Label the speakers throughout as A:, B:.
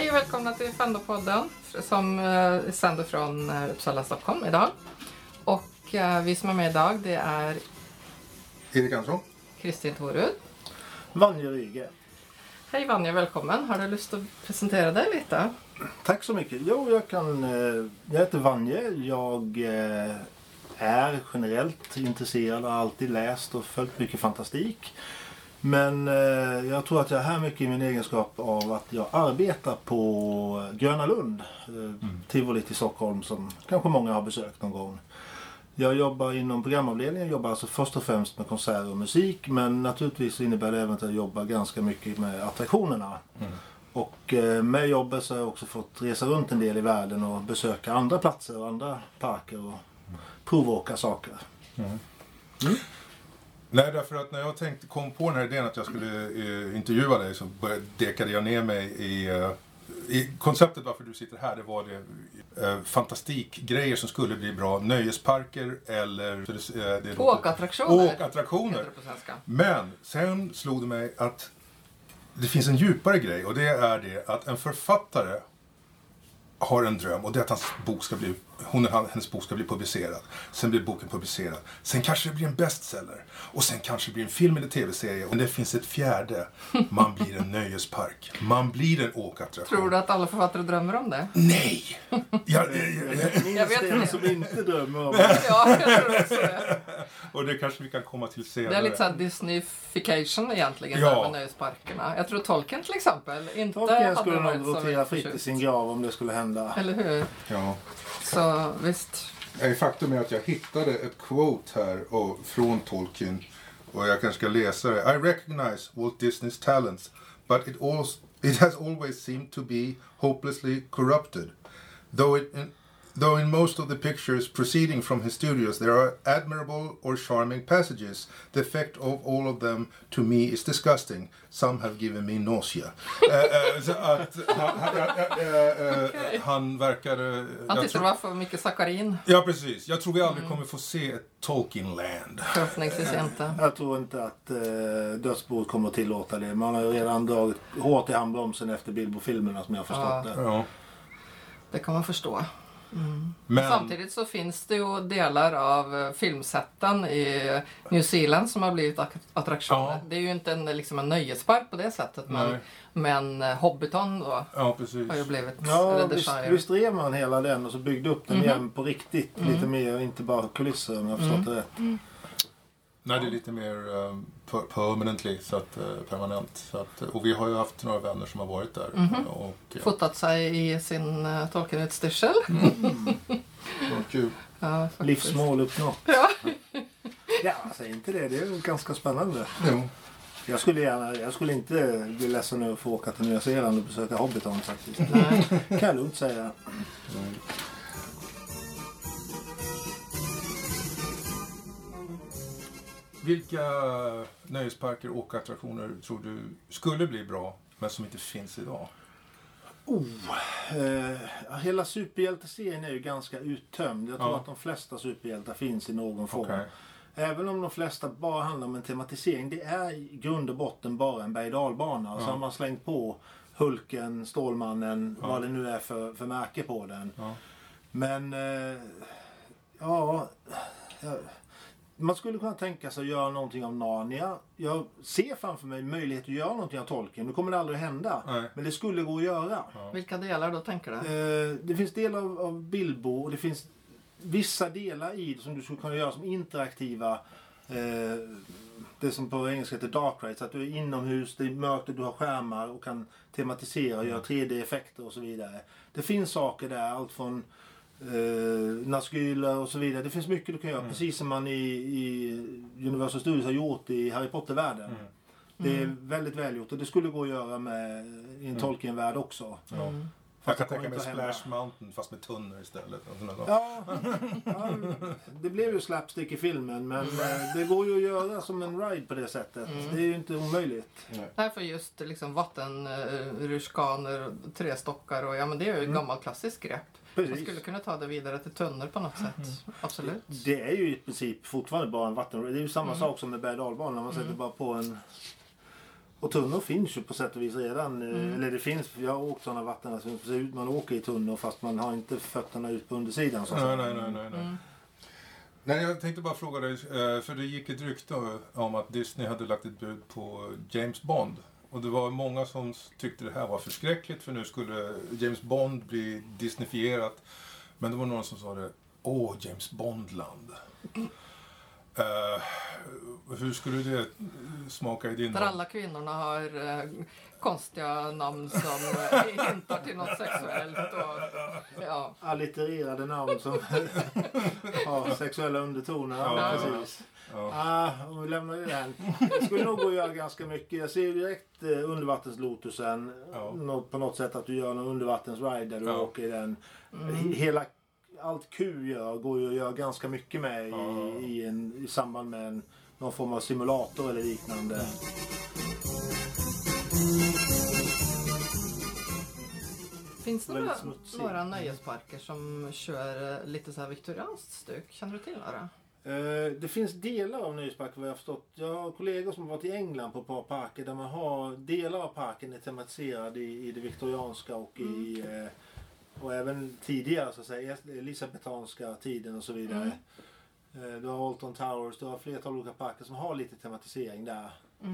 A: Hej och välkomna till Fandopodden som sänder från Uppsala, Stockholm idag. Och vi som är med idag, det är
B: Erik Andersson.
A: Kristin Torud.
C: Vanja Ryge.
A: Hej Vanja, välkommen. Har du lust att presentera dig lite?
C: Tack så mycket. Jo, jag heter Vanja. Jag är generellt intresserad och har alltid läst och följt mycket fantastik. Men jag tror att jag är här mycket i min egenskap av att jag arbetar på Gröna Lund. Tivolit i Stockholm som kanske många har besökt någon gång. Jag jobbar inom programavdelningen, jag jobbar alltså först och främst med konserter och musik. Men naturligtvis innebär det även att jag jobbar ganska mycket med attraktionerna. Och med jobbet så har jag också fått resa runt en del i världen och besöka andra platser och andra parker och provåka saker.
B: Nej, därför att när jag kom på den här idén att jag skulle intervjua dig så dekade jag ner mig i konceptet varför du sitter här. Det var det fantastikgrejer som skulle bli bra. Nöjesparker eller
A: Åkattraktioner.
B: Men sen slog det mig att det finns en djupare grej, och det är det att en författare har en dröm, och det är att hennes bok ska bli publicerad. Sen blir boken publicerad. Sen kanske det blir en bestseller. Och sen kanske det blir en film eller tv-serie. Och det finns ett fjärde. Man blir en nöjespark. Man blir en åkattraktion.
A: Tror du att alla författare drömmer om det?
B: Nej!
C: Jag vet det som inte drömmer om
A: det. Ja, jag tror också det.
B: Och det kanske vi kan komma till senare.
A: Det är lite så här Disneyfication egentligen,
B: ja.
A: Med nöjesparkerna. Jag tror Tolkien till exempel inte
C: Tolkien skulle
A: hade
C: nog rotera fritt i sin grav om det skulle hända.
A: Eller hur?
B: Ja.
A: Så visst.
B: Faktum är att jag hittade ett quote här från Tolkien. Och jag kanske ska läsa det. I recognize Walt Disney's talents, but it has always seemed to be hopelessly corrupted. Though in most of the pictures proceeding from his studios there are admirable or charming passages, the effect of all of them to me is disgusting. Some have given me nausea. Så att han verkar...
A: Han tyckte det var för mycket sackarin.
B: Ja, precis. Jag tror vi aldrig kommer få se ett Tolkien-land.
A: Förhoppningsvis inte.
C: Jag tror inte att dödsboet kommer att tillåta det. Man har ju redan dragit hårt i handbromsen efter Bilbo-filmerna som jag har förstått det.
B: Ja.
A: Det kan man förstå.
B: Men
A: samtidigt så finns det ju delar av filmsätten i New Zealand som har blivit attraktioner. Ja. Det är ju inte en nöjespark på det sättet, men Hobbiton då har ju blivit
C: visst rev man hela den och så byggde upp den igen på riktigt. Lite mer, inte bara kulisser om jag förstått det rätt.
B: Nej, det är lite mer permanently, så att, permanent. Så att, och vi har ju haft några vänner som har varit där. Och
A: fotat sig i sin Tolkien-utstyrsel.
B: Kul.
A: Ja,
C: livsmål uppnått.
A: Ja.
C: Ja, säg inte det. Det är ju ganska spännande.
B: Jo.
C: Jag skulle inte bli ledsen nu att få åka till Nya Zeeland och besöka Hobbiton faktiskt.
A: Nej.
C: Kan jag lugnt säga.
B: Vilka nöjesparker och åkattraktioner tror du skulle bli bra men som inte finns idag?
C: Hela superhjälteserien är ju ganska uttömd. Jag tror att de flesta superhjältar finns i någon form. Okay. Även om de flesta bara handlar om en tematisering. Det är i grund och botten bara en berg-dalbana. Och så har man slängt på Hulken, Stålmannen, vad det nu är för märke på den. Ja. Men man skulle kunna tänka sig att göra någonting av Narnia. Jag ser framför mig möjlighet att göra någonting av Tolkien. Nu kommer det aldrig att hända. Nej. Men det skulle gå att göra.
A: Ja. Vilka delar då tänker du?
C: Det finns delar av Bilbo och det finns vissa delar i det som du skulle kunna göra som interaktiva. Det som på engelska heter dark ride. Så att du är inomhus, det är mörkt och du har skärmar och kan tematisera och göra 3D-effekter och så vidare. Det finns saker där, allt från Nazgûl och så vidare. Det finns mycket du kan göra, precis som man i Universal Studios har gjort i Harry Potter-världen. Det är väldigt välgjort och det skulle gå att göra med i en Tolkien-värld också.
B: Jag kan tänka mig Splash Mountain fast med tunnor istället.
C: Ja, det blev ju slapstick i filmen, men det går ju att göra som en ride på det sättet. Det är ju inte omöjligt.
A: Nej, för just vattenrutschkanor, trästockar och men det är ju ett gammalt klassiskt grepp. Precis. Man skulle kunna ta det vidare till tunnor på något sätt. Absolut.
C: Det är ju i princip fortfarande bara en vattenride. Det är ju samma sak som med berg-dalbanan. Man sätter bara på en Och tunnor finns ju på sätt och vis redan. Eller det finns, jag har åkt sådana vatten som ser ut man åker i tunnor fast man har inte fötterna ut på undersidan. Så
B: Nej. Nej, jag tänkte bara fråga dig, för det gick ett rykte om att Disney hade lagt ett bud på James Bond. Och det var många som tyckte det här var förskräckligt för nu skulle James Bond bli Disneyfierat. Men det var någon som sa det, James Bondland. Hur skulle det smaka i din
A: Där alla kvinnorna har konstiga namn som hintar till något sexuellt. Och,
C: allittererade namn som har sexuella undertoner. Precis. Om vi lämnar det här. Det skulle nog gå att göra ganska mycket. Jag ser direkt undervattenslotusen. På något sätt att du gör någon undervattensride där du åker i den. Allt Q går ju att göra ganska mycket med i samband med någon form av simulator eller liknande.
A: Finns det några nöjesparker som kör lite så här viktorianskt stuk? Känner du till några?
C: Det finns delar av nöjesparker vad jag har förstått. Jag har kollegor som har varit i England på ett par parker där man har delar av parken är tematiserad i det viktorianska och och även tidigare så att säga elisabetanska tiden och så vidare. Du har Alton Towers, du har flertal olika parker som har lite tematisering där.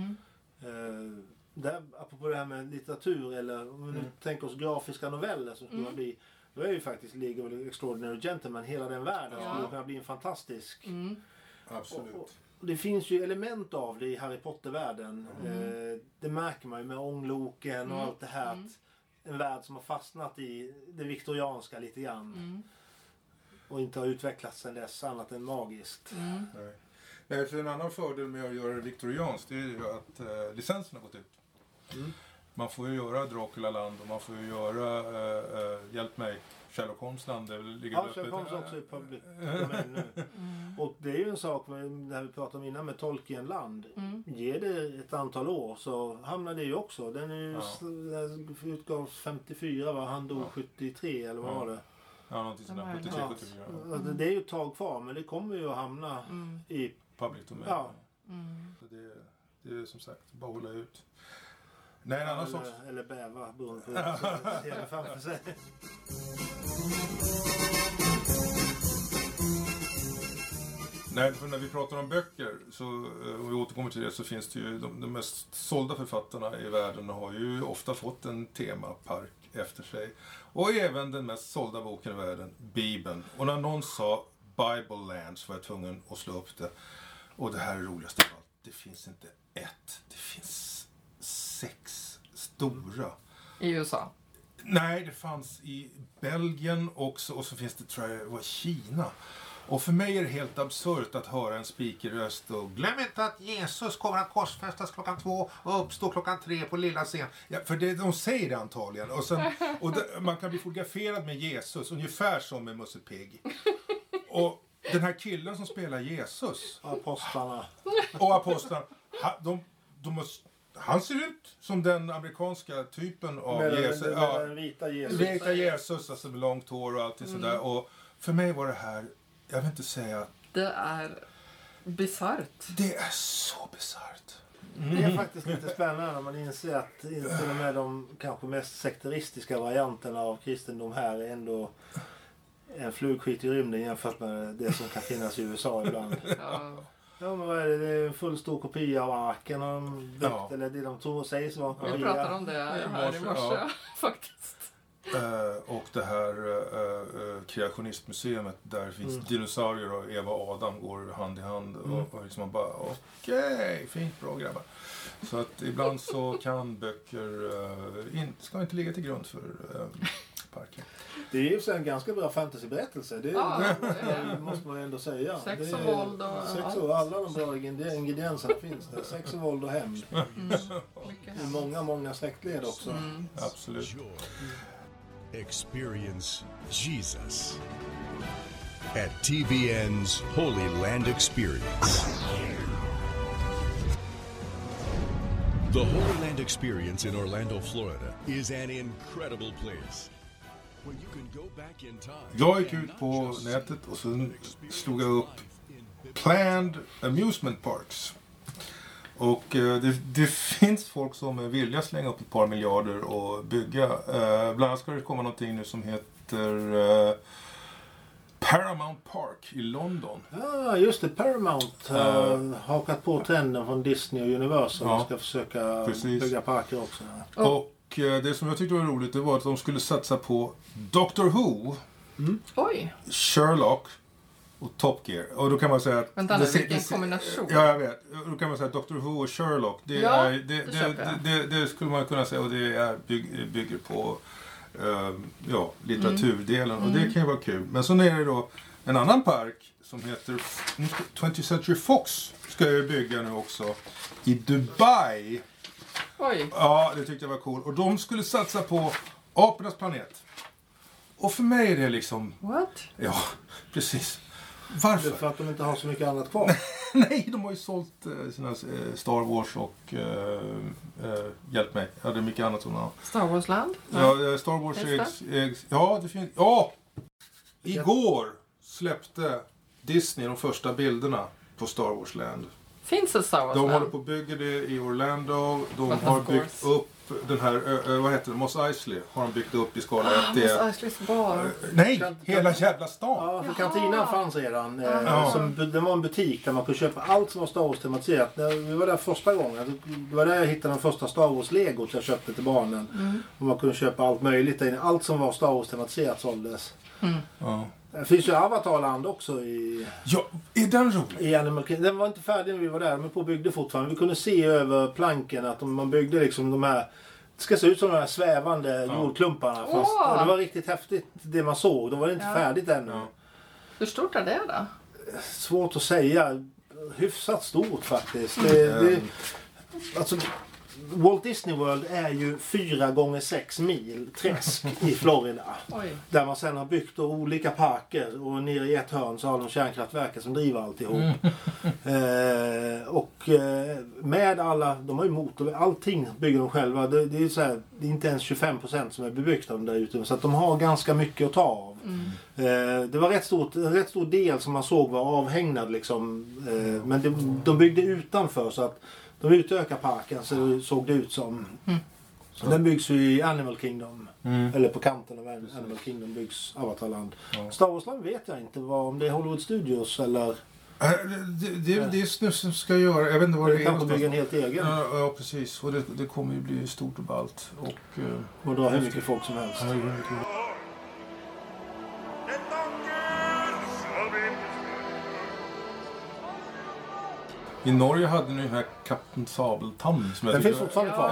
C: Där apropå det här med litteratur eller om vi nu tänker oss grafiska noveller som skulle bli, då är ju faktiskt League of the Extraordinary Gentlemen, hela den världen skulle kunna bli en fantastisk.
B: Absolut.
C: Och det finns ju element av det i Harry Potter-världen. Det märker man ju med ångloken och allt det här. Att en värld som har fastnat i det viktorianska lite grann. Och inte har utvecklats sedan dess annat än magiskt.
B: Nej, för en annan fördel med att göra det viktorianskt det är ju att licensen har gått ut. Man får ju göra Dracula-land och man får ju göra, hjälp mig, Sherlock Holmes-land.
C: Sherlock Holmes också i public domain nu. Och det är ju en sak när vi pratade om innan med Tolkien-land. Ger det ett antal år så hamnar det ju också. Den är ju utgavs 54 va? Han dog 73 eller vad var det?
B: Ja, någonting sådär. 73-74.
C: Det är ju ett tag kvar men det kommer ju att hamna i
B: public domain. Så det är som sagt bara hålla ut. Nej, en annan sorts...
C: Eller bäva beroende på det. Ser framför sig.
B: Nej, för när vi pratar om böcker så, och vi återkommer till det, så finns det ju de mest sålda författarna i världen har ju ofta fått en temapark efter sig. Och även den mest sålda boken i världen, Bibeln. Och när någon sa Bible Lands var jag tvungen att slå upp det. Och det här är roligast av allt. Det finns inte ett, det finns 6 stora.
A: I USA?
B: Nej, det fanns i Belgien också och så finns det, tror jag, var Kina. Och för mig är det helt absurt att höra en speakerröst och glöm inte att Jesus kommer att korsfästas 2:00 och uppstå 3:00 på lilla scen. Ja, för de säger det antagligen. Och man kan bli fotograferad med Jesus ungefär som med Musse Pigg. Och den här killen som spelar Jesus.
C: Apostlarna.
B: Och apostlarna. Han ser ut som den amerikanska typen av Jesus.
C: Den vita Jesus.
B: Vita Jesus, alltså med långt hår och allting sådär. Och för mig var det här, jag vill inte säga...
A: Det är bisarrt.
B: Det är så bisarrt.
C: Det är faktiskt lite spännande när man inser att till och med de kanske mest sekteristiska varianterna av kristendom här är ändå en flugskit i rymden jämfört med det som kan finnas i USA ibland. Ja, men vad är det? Det är en full stor kopia av arken och eller det de tror sägs vara en kopia.
A: Vi pratade om det här i morse faktiskt.
B: Och det här kreationistmuseet där finns dinosaurier och Eva och Adam går hand i hand och liksom man bara okej, fint, bra grabbar. Så att ibland så kan böcker ska inte ligga till grund för parken.
C: Det är ju en ganska bra fantasyberättelse. Det måste man ändå säga.
A: Sex och våld och
C: sex och alla de bra ingredienserna finns där. Sex och våld och hämnd. I många släktled också.
B: Absolut.
D: Experience Jesus at TBN's Holy Land Experience. The Holy Land Experience in Orlando, Florida is an incredible place.
B: Jag gick ut på nätet och så slog jag upp Planned Amusement Parks. Och det finns folk som är villiga att slänga upp ett par miljarder och bygga. Bland annat ska det komma någonting nu som heter Paramount Park i London.
C: Ja, just det. Paramount har hakat på trenden från Disney och Universal. De ska försöka bygga parker också.
B: Och det som jag tyckte var roligt, det var att de skulle satsa på Doctor Who, Sherlock och Top Gear. Och då kan man säga att...
A: Vänta nu, vilken kombination.
B: Ja, jag vet. Då kan man säga att Doctor Who och Sherlock, det skulle man kunna säga, och det bygger på litteraturdelen. Och det kan ju vara kul. Men så är det då en annan park som heter 20th Century Fox ska ju bygga nu också i Dubai.
A: Oj.
B: Ja, det tyckte jag var cool. Och de skulle satsa på Apornas planet. Och för mig är det liksom...
A: What?
B: Ja, precis. Varför?
C: Det är för att de inte har så mycket annat kvar.
B: Nej, de har ju sålt sina Star Wars och hjälp mig. Ja, det är mycket annat sådana.
A: Star Wars Land?
B: Ja, Star Wars ägs... Ja, det finns... Ja! Igår släppte Disney de första bilderna på Star Wars Land.
A: Finns det Star Wars
B: De
A: Land?
B: håller på att bygga det i Orlando. De har byggt upp den här, vad heter det? Mos Eisley har de byggt upp i skala 1.
A: Mos Eisleys bar.
B: Nej, hela jävla stan.
C: Ja, för kantinan fanns redan. Det var en butik där man kunde köpa allt som var Star Wars tematiserat. Vi var där första gången. Det var där jag hittade den första Star Wars Legot jag köpte till barnen. Och man kunde köpa allt möjligt där inne. Allt som var Star Wars tematiserat såldes.
B: Ja.
C: Det finns ju Avatarland också i...
B: Ja, är den rolig?
C: I Animal Kingdom. Den var inte färdig när vi var där, men på byggde fortfarande. Vi kunde se över planken att man byggde liksom de här... Det ska se ut som de här svävande jordklumparna. Fast det var riktigt häftigt det man såg. Då var det inte färdigt ännu. Ja.
A: Hur stort är det då?
C: Svårt att säga. Hyfsat stort faktiskt. Alltså, Walt Disney World är ju 4x6 mil träsk i Florida. Där man sen har byggt olika parker och nere i ett hörn så har de kärnkraftverket som driver alltihop. Med alla, de har ju motor, allting bygger de själva. Det är så här, det är inte ens 25% som är bebyggt av dem där ute. Så att de har ganska mycket att ta av. Det var en rätt stor del som man såg var avhägnad liksom. Men de byggde utanför så att de utökar parken så såg det ut som. Så den byggs ju i Animal Kingdom. Eller på kanten av Animal Kingdom byggs Avatarland. Star Wars-land vet jag inte om det är Hollywood Studios eller...
B: Det är snus som ska göra. Jag vet inte vad det är.
C: Kanske bygga en helt egen.
B: Ja, precis. Och det kommer ju bli stort och ballt.
C: Och dra hur mycket folk som helst.
B: I Norge hade ni den här Kapten Sabeltann.
C: Den finns fortfarande kvar.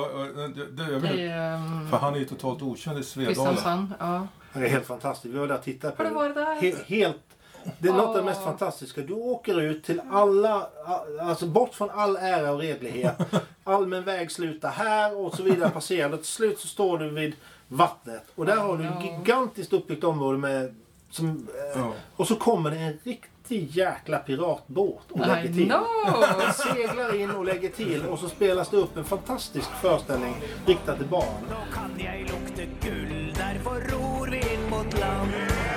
B: För han är ju totalt okänd i Svedala.
C: Det är helt fantastiskt. Vi var där och tittade på
A: det. Var det där?
C: Det är något av det mest fantastiska. Du åker ut till alla, alltså bort från all ära och redlighet. Allmän väg slutar här och så vidare passerar. Till slut så står du vid vattnet. Och där har du ett gigantiskt uppbyggt område med... Och så kommer det en riktig jäkla piratbåt och lägger till. Seglar in och lägger till och så spelas det upp en fantastisk föreställning riktad till barn.
E: Då kan jag lukta guld, därför ror vi in mot land.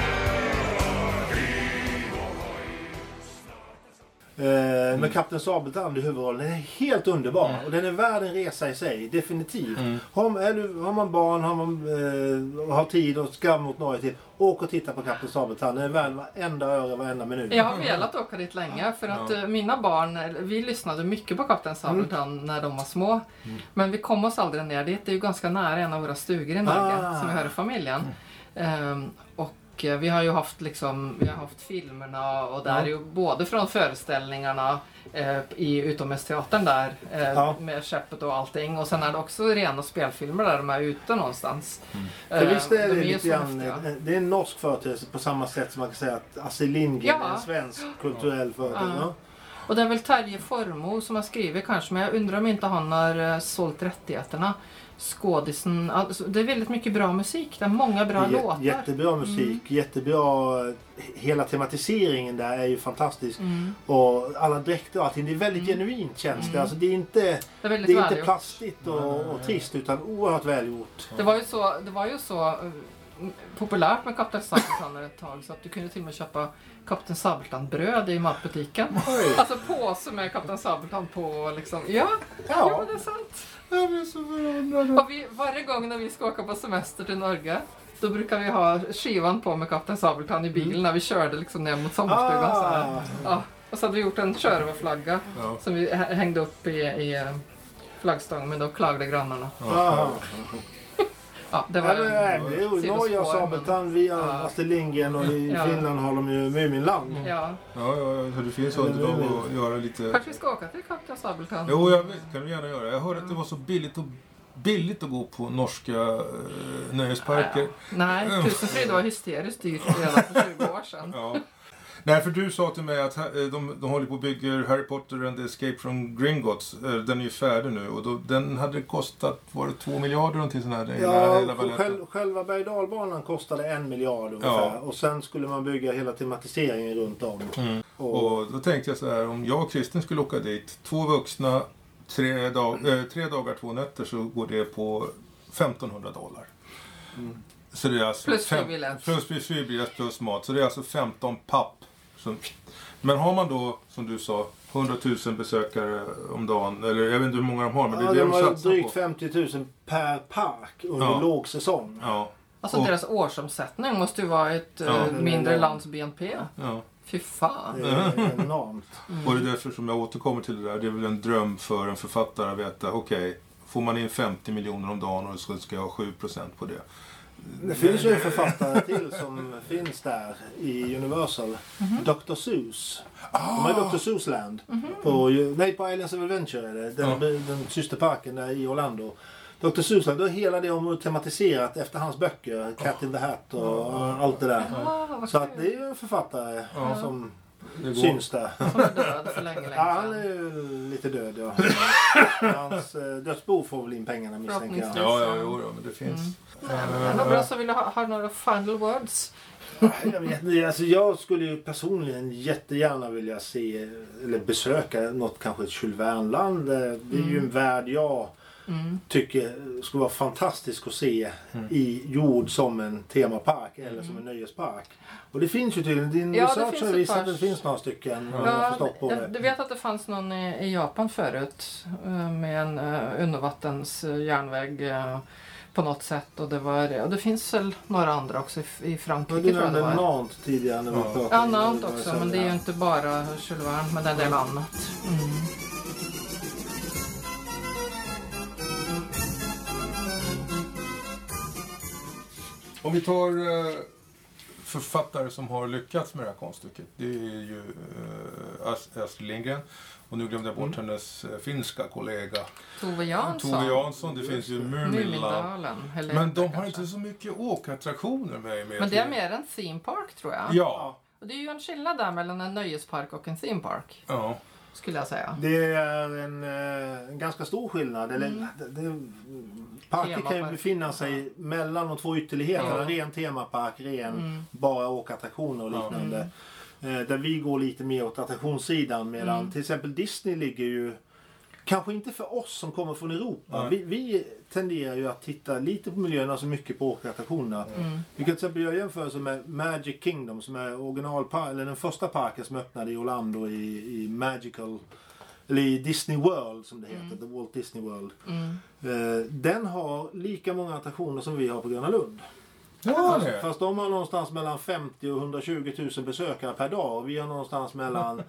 C: Med Kapten Sabeltann i huvudrollen. Den är helt underbar. Och den är värd en resa i sig. Definitivt. Har man barn, har tid och ska mot Norge till. Åk och titta på Kapten Sabeltann. Den är värd varenda öre, varenda minut.
A: Jag har velat åka dit länge. För att mina barn, vi lyssnade mycket på Kapten Sabeltann när de var små. Men vi kom oss aldrig ner dit. Det är ju ganska nära en av våra stugor i Norge. Som vi hör i familjen. Vi har ju haft filmerna och där är ju både från föreställningarna i utomhusteatern där med skeppet och allting och sen är det också rena spelfilmer där de är ute någonstans.
C: Visst är det lite grann, det är en norsk företeelse på samma sätt som man kan säga att Astrid Lindgren är en svensk kulturell företeelse.
A: Och det är väl Terje Formoe som har skrivit kanske, men jag undrar om inte han har sålt rättigheterna. Skådisen, alltså, det är väldigt mycket bra musik, det är många bra låtar.
C: Jättebra musik, jättebra, hela tematiseringen där är ju fantastisk. Och alla dräkter och allting, det är väldigt genuint känns det. Alltså, det är inte plastigt och trist utan oerhört välgjort.
A: Det var ju så populärt med Kapten Sabeltann ett tag så att du kunde till och med köpa Kapten Sabeltann-bröd i matbutiken. Alltså påse med Kapten Sabeltann på liksom. Ja, det är sant.
B: Jag blir så förundrad.
A: Och varje gång när vi ska åka på semester till Norge då brukar vi ha skivan på med Kapten Sabeltann i bilen när vi körde liksom ner mot sommarstugan. Så här. Ja. Och så hade vi gjort en köröverflagga som vi hängde upp i flaggstången, men då klagade grannarna. Ja, det var
C: Norge och Sabeltann via Astrid Lindgren och i Finland har de ju Muminland.
A: Ja,
B: så det finns underlag att göra lite...
A: Kanske vi ska åka till Kapten Sabeltann.
B: Jo, jag vet, kan du gärna göra. Jag hörde att det var så billigt att gå på norska nöjesparker.
A: Nej, Tusenfryd var hysteriskt dyrt redan för 20 år sedan.
B: Nej, för du sa till mig att de håller på att bygga Harry Potter and the Escape from Gringotts. Den är ju färdig nu och den hade kostat, var det 2 miljarder någonting sån här?
C: Ja, själva berg-dalbanan kostade 1 miljard ungefär. Och sen skulle man bygga hela tematiseringen runt om.
B: Och då tänkte jag så här, om jag och Kristin skulle åka dit, 2 vuxna, 3 dagar, 2 nätter, så går det på $1,500. Så det är alltså
A: plus fribiljett
B: plus mat. Så det är alltså 15 papp. Men har man då, som du sa, 100 000 besökare om dagen, eller jag vet inte hur många de har, men det är det de satsar på.
C: Drygt 50 000 per park under lågsäsong.
A: Alltså deras årsomsättning måste ju vara ett mindre lands BNP. Fy fan.
C: Det är enormt.
B: Och det är därför som jag återkommer till det där. Det är väl en dröm för en författare att veta, okej, får man in 50 miljoner om dagen och så ska jag ha 7% på det.
C: Det finns ju en författare till som finns där i Universal. Dr. Seuss. De har Dr. Seuss Land. På Islands of Adventure är det. Den systerparken där i Orlando. Dr. Seuss Land, då är hela det området tematiserat efter hans böcker. Cat in the Hat och allt det där. Så att det är ju en författare som syns där.
A: Som är död för länge
C: Ja, han är ju lite död, ja. Hans dödsbo får väl in pengarna, misstänker jag.
B: Ja, men det finns.
A: Bra, så vill jag ha några final words.
C: Jag vet inte, alltså jag skulle ju personligen jättegärna vilja se eller besöka något, kanske ett Jules Verne-land. Det är ju en värld jag tycker skulle vara fantastisk att se i jord som en temapark eller som en nöjespark. Och det finns ju tydligen, din research har visat att det finns några stycken.
A: Du vet att det fanns någon i Japan förut med en undervattens järnväg på något sätt, och det finns väl några andra också i Frankrike.
C: Du nämnde Nantes tidigare när vi pratade.
A: Ja, Nantes också, men det är ju inte bara Jules Verne, men det är en del annat.
B: Om vi tar författare som har lyckats med det här konststycket, det är ju Astrid Lindgren. Och nu glömde jag bort hennes finska kollega
A: Tove Jansson.
B: Det finns ju Mumindalen. Men de har inte så mycket åkattraktioner med.
A: Men det är mer en theme park, tror jag.
B: Ja.
A: Och det är ju en skillnad där mellan en nöjespark och en theme park.
B: Ja.
A: Skulle jag säga.
C: Det är en ganska stor skillnad. Parker kan ju befinna sig mellan de två ytterligheterna. Ren temapark, bara åkattraktioner och liknande. Där vi går lite mer åt attraktionssidan, medan till exempel Disney ligger ju kanske inte för oss som kommer från Europa. Vi tenderar ju att titta lite på miljön, alltså mycket på åkattraktionerna. Vi kan till exempel göra jämförelse med Magic Kingdom som är eller den första parken som öppnade i Orlando i Magical, eller i Disney World som det heter, The Walt Disney World. Den har lika många attraktioner som vi har på Gröna Lund. Fast de har någonstans mellan 50 och 120 000 besökare per dag. Och vi har någonstans mellan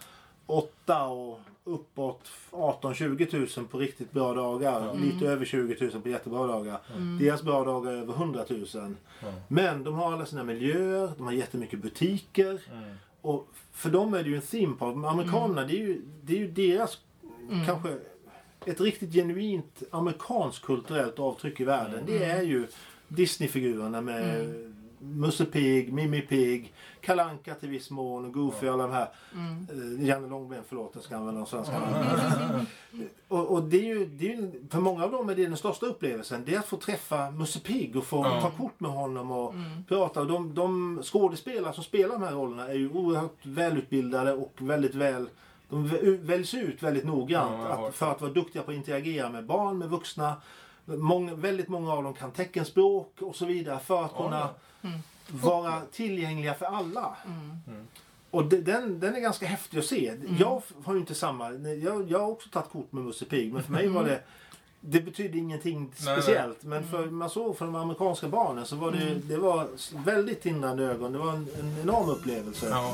C: 8 och uppåt 18-20 000 på riktigt bra dagar. Lite över 20 000 på jättebra dagar. Deras bra dagar är över 100 000. Men de har alla sina miljöer. De har jättemycket butiker. Och för dem är det ju en theme park. Amerikanerna, det är ju deras kanske ett riktigt genuint amerikanskt kulturellt avtryck i världen. Det är ju Disney-figurerna med Musse Pig, Mimmi Pig, Kalle Anka till viss mån och Goofy och alla de här. Janne Långben, förlåt, jag ska använda de svenska namnen. Och det är ju, för många av dem är det den största upplevelsen. Det är att få träffa Musse Pig och få ta kort med honom och prata. Och de skådespelare som spelar de här rollerna är ju oerhört välutbildade och väldigt de väljs ut väldigt noggrant för att vara duktiga på att interagera med barn, med vuxna. Väldigt många av dem kan teckenspråk och så vidare för att kunna vara tillgängliga för alla. Och den är ganska häftig att se. Jag har ju inte samma... Jag har också tagit kort med Musse Pigg, men för mig var det betydde ingenting speciellt. Men man såg för de amerikanska barnen så var det var väldigt tindrande ögon. Det var en enorm upplevelse.
B: Ja.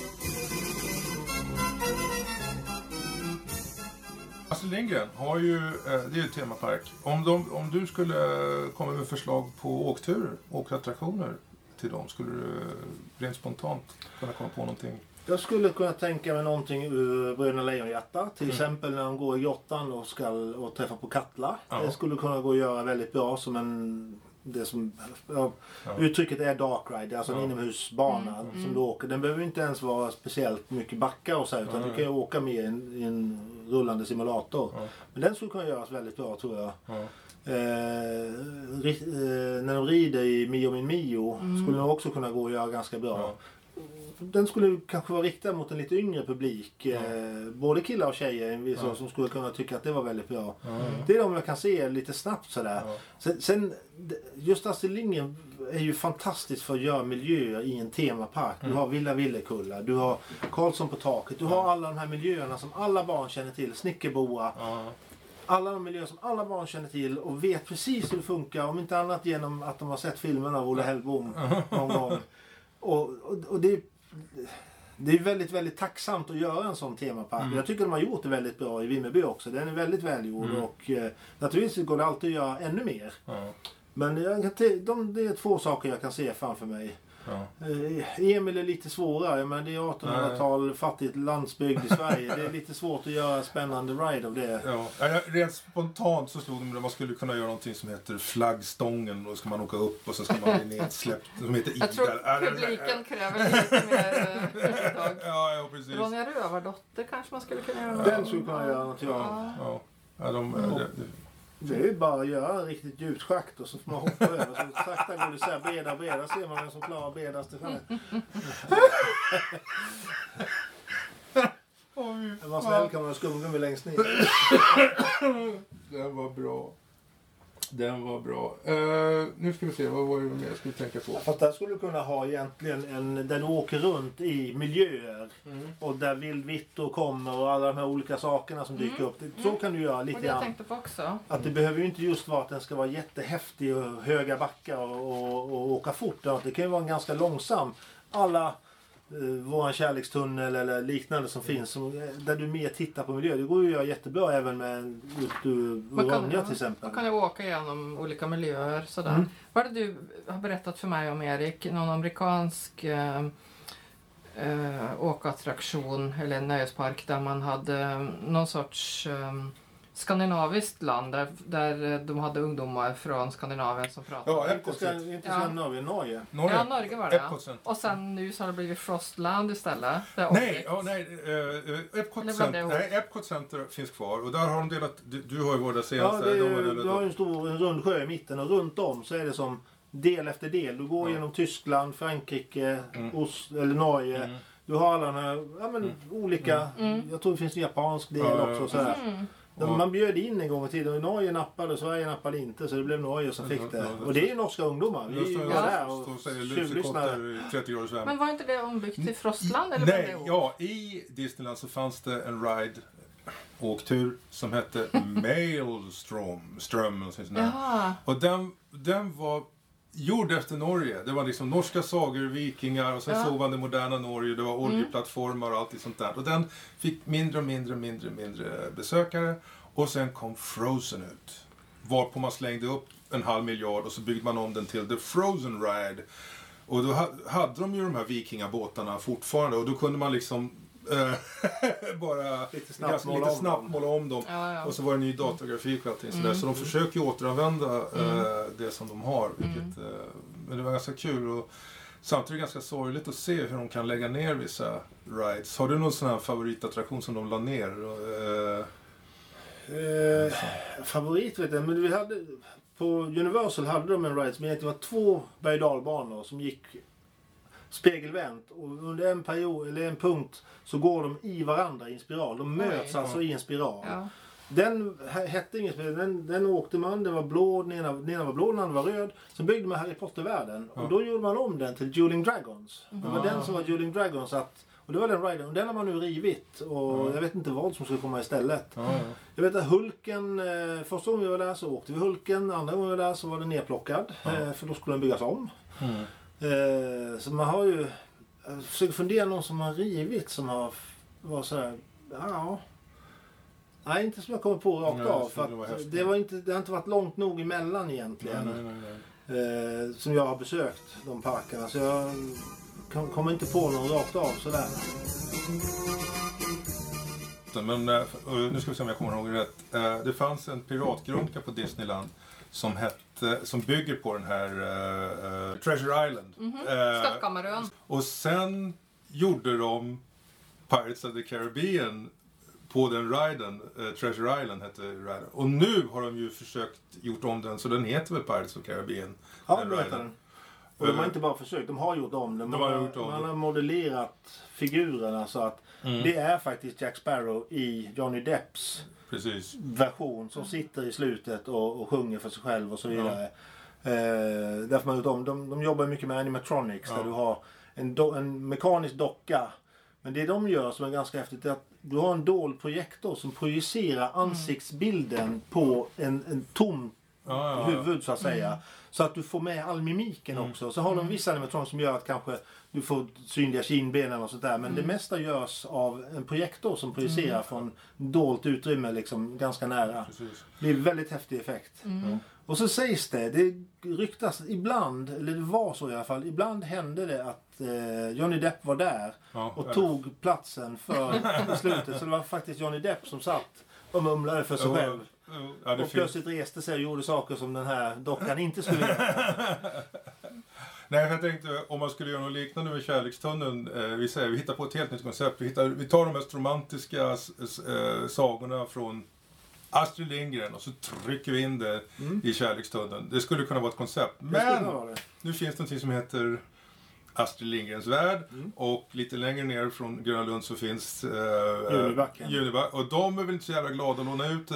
B: Astrid Lindgren har ju, det är ju ett temapark. Om du skulle komma med förslag på åkturer, åkattraktioner till dem, skulle du rent spontant kunna komma på någonting?
C: Jag skulle kunna tänka mig någonting ur Bröderna Lejonhjärta. Till exempel när de går i grottan och träffar på Katla. Ja. Det skulle kunna gå att göra väldigt bra som uttrycket är dark ride, alltså en inomhusbana som du åker. Den behöver inte ens vara speciellt mycket backar och så här, utan du kan ju åka med i en rullande simulator. Men den skulle kunna göras väldigt bra, tror jag. När de rider i Mio min Mio skulle den också kunna gå att göra ganska bra. Den skulle kanske vara riktad mot en lite yngre publik. Både killar och tjejer som skulle kunna tycka att det var väldigt bra. Det är de jag kan se lite snabbt sådär. Sen just Astrid Lindgren är ju fantastiskt för att göra miljöer i en temapark. Du har Villa Villekulla, du har Karlsson på taket. Du har alla de här miljöerna som alla barn känner till. Snickerboa. Alla de miljöer som alla barn känner till och vet precis hur det funkar. Om inte annat genom att de har sett filmen av Olle Hellbom någon gång. Och det är väldigt, väldigt tacksamt att göra en sån temapark. Jag tycker de har gjort det väldigt bra i Vimmerby också. Den är väldigt välgjord och naturligtvis går det alltid att göra ännu mer. Men det är 2 saker jag kan se framför mig. Emil är lite svårare, men det är 1800-tal fattigt landsbygd i Sverige. Det är lite svårt att göra spännande ride av det.
B: Rent spontant så slog det mig att man skulle kunna göra någonting som heter flaggstången, och då ska man åka upp och så ska man bli nedsläppt, som heter
A: Jag tror publiken kräver lite mer utdrag.
B: Ja, precis.
A: Ronja Rövardotter kanske man skulle kunna göra.
C: Den skulle kunna göra något. Det är ju bara att göra riktigt djupt schakt och så får man hoppa över. Så sakta går det så här breda ser man vem som klarar bredast. En var snäll kan man ha skumgummi längst ner.
B: Den var bra. Nu ska vi se, vad var det mer jag skulle tänka på?
C: Fast där skulle du kunna ha egentligen där du åker runt i miljöer. Och där vildvittor kommer och alla de här olika sakerna som dyker upp. Så kan du göra lite grann.
A: Och det jag tänkte på också.
C: Att det behöver ju inte just vara att den ska vara jättehäftig och höga backar och åka fort. Det kan ju vara en ganska långsam. Alla våran kärlekstunnel eller liknande som finns där du mer tittar på miljö. Det går ju att göra jättebra även med Ronja till exempel.
A: Man kan ju åka igenom olika miljöer sådär. Vad är det du har berättat för mig om, Erik? Någon amerikansk åkattraktion eller nöjespark där man hade någon sorts skandinaviskt land där de hade ungdomar från Skandinavien som pratade.
C: Inte Skandinavien, Norge.
A: Ja, Norge var det. Och sen nu så har det blivit Frostland istället.
B: Epcot Center finns kvar och där har de delat, du har ju varit där senast.
C: Du har en rund sjö i mitten och runt om så är det som del efter del. Du går genom Tyskland, Frankrike, eller Norge. Du har alla de här olika, jag tror det finns en japansk del också sådär. Man bjöd in en gång i tiden och Norge nappade och Sverige nappade inte, så det blev Norge som fick det. Och det är ju norska ungdomar. Vi var där och tjuvlyssnade.
A: Men var inte det ombyggt till Frostland? Eller
B: Nej, i Disneyland så fanns det en ride åktur som hette Maelstrom. Och den var gjord efter Norge. Det var liksom norska sagor, vikingar och sen sovande moderna Norge. Det var oljeplattformar och allt sånt där. Och den fick mindre och mindre besökare. Och sen kom Frozen ut. Varpå man slängde upp 500 miljoner och så byggde man om den till The Frozen Ride. Och då hade de ju de här vikingabåtarna fortfarande. Och då kunde man liksom bara lite snabbt måla om dem. Och så var det ny datagrafik och allting sådär. Så de försöker ju återanvända det som de har. Men det var ganska kul och samtidigt ganska sorgligt att se hur de kan lägga ner vissa rides. Har du någon sån här favoritattraktion som de la ner?
C: Favorit vet jag, men vi hade på Universal hade de en ride som egentligen var 2 berg- och dalbanor som gick spegelvänt och under en punkt så går de i varandra i en spiral. De möts alltså i en spiral. Den hette inget spel. Den åkte man. Den var blå. Den ena var blå, den andra var röd. Så byggde man Harry Potter-världen. Och då gjorde man om den till Dueling Dragons. Det var den som var Dueling Dragons. Och det var den riden. Och den har man nu rivit. Och jag vet inte vad som skulle komma istället. Jag vet att Hulken. Första gången vi var där så åkte vi Hulken. Andra gången vi var där så var den nerplockad. För då skulle den byggas om. Så man har ju... Jag försöker fundera någon som har rivit som har var så här. Ja. Nej, inte som jag kommer på rakt av. För att det har inte varit långt nog emellan egentligen. Nej. Som jag har besökt de parkerna. Så jag kommer inte på någon rakt av sådär.
B: Men nu ska vi se om jag kommer ihåg rätt. Det fanns en piratgrunka på Disneyland som bygger på den här Treasure Island.
A: Skattkammarön.
B: Och sen gjorde de Pirates of the Caribbean på den riden, Treasure Island hette riden. Och nu har de ju försökt gjort om den så den heter väl Pirates of the Caribbean.
C: Ja, det heter den. Och de har inte bara försökt, de har gjort om den. Man har modellerat figurerna så att det är faktiskt Jack Sparrow i Johnny Depps version som sitter i slutet och sjunger för sig själv och så vidare. Därför man har gjort om. De jobbar mycket med animatronics där du har en mekanisk docka. Men det de gör som är ganska häftigt är att du har en dold projektor som projicerar ansiktsbilden på en tom huvud så att säga. Så att du får med all mimiken också. Så har de vissa animationer som gör att kanske du får synliga kindbenen och sånt där. Men det mesta görs av en projektor som projicerar från dolt utrymme liksom ganska nära. Precis. Det är en väldigt häftig effekt. Och så sägs det ryktas ibland, eller det var så i alla fall, ibland hände det att Johnny Depp var där och tog platsen för slutet. Så det var faktiskt Johnny Depp som satt och mumlade för sig själv. Och plötsligt reste sig och gjorde saker som den här dockan inte skulle göra.
B: Nej, jag tänkte om man skulle göra något liknande med Kärlekstunneln. Vi hittar på ett helt nytt koncept. Vi tar de mest romantiska sagorna från Astrid Lindgren och så trycker vi in det i Kärlekstunneln. Det skulle kunna vara ett koncept. Men nu finns det något som heter Astrid Lindgrens värld och lite längre ner från Gröna Lund så finns Junibacken. Och de är väl inte så jävla glada att låna ut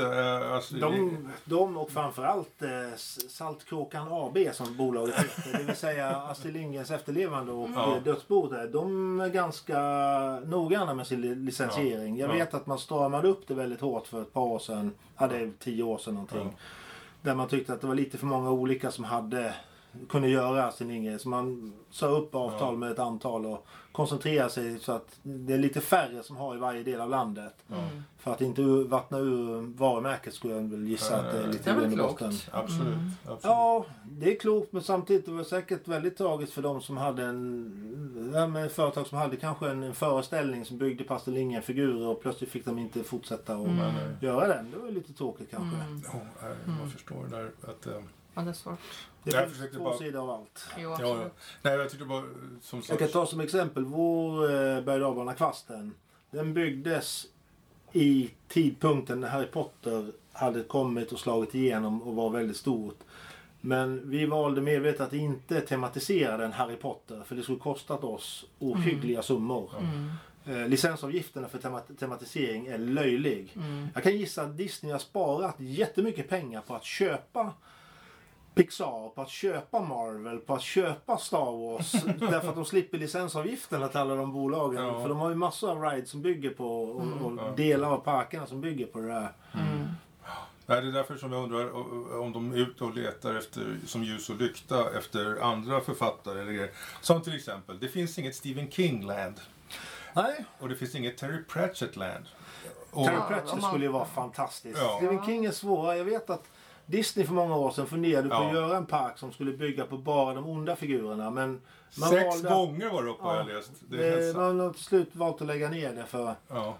C: de och framförallt Saltkråkan AB som bolaget heter. Det vill säga Astrid Lindgrens efterlevande och dödsboet. De är ganska noggranna med sin licensiering. Jag vet att man stramade upp det väldigt hårt för ett par år sedan. Det är 10 år sedan någonting. Där man tyckte att det var lite för många olika som kunde göra sin Ingrid. Så man sa upp avtal med ett antal och koncentrerade sig så att det är lite färre som har i varje del av landet. För att inte vattna ur varumärket skulle jag väl gissa att det är lite
A: i botten.
B: Absolut.
C: Ja, det är klokt men samtidigt var det säkert väldigt tragiskt för de som hade ett företag som hade kanske en föreställning som byggde på Astrid Lindgren-figurer och plötsligt fick de inte fortsätta och göra den. Det var lite tråkigt kanske.
B: Man förstår där att...
A: Ja, det är svårt.
C: Det finns två sidor av allt.
A: Jo,
B: Nej, jag tyckte bara
C: jag kan ta som exempel vår berg-och-dalbana Kvasten. Den byggdes i tidpunkten när Harry Potter hade kommit och slagit igenom och var väldigt stort. Men vi valde medvetet att inte tematisera den Harry Potter för det skulle kostat oss ohyggliga summor. Licensavgifterna för tematisering är löjlig. Jag kan gissa att Disney har sparat jättemycket pengar på att köpa Pixar, på att köpa Marvel, på att köpa Star Wars därför att de slipper licensavgifterna till alla de bolagen. För de har ju massor av rides som bygger på och delar av parkerna som bygger på det där.
B: Nej, det är därför som jag undrar om de är ute och letar efter, som ljus och lykta efter andra författare eller grejer. Som till exempel, det finns inget Stephen King-land.
C: Nej.
B: Och det finns inget Terry Pratchett-land.
C: Terry Pratchett skulle ju vara fantastiskt. Stephen King är svåra. Jag vet att Disney för många år sedan funderade på att göra en park som skulle bygga på bara de onda figurerna. Men man
B: 6 gånger var det uppe har jag läst.
C: Man har till slut valt att lägga ner det för...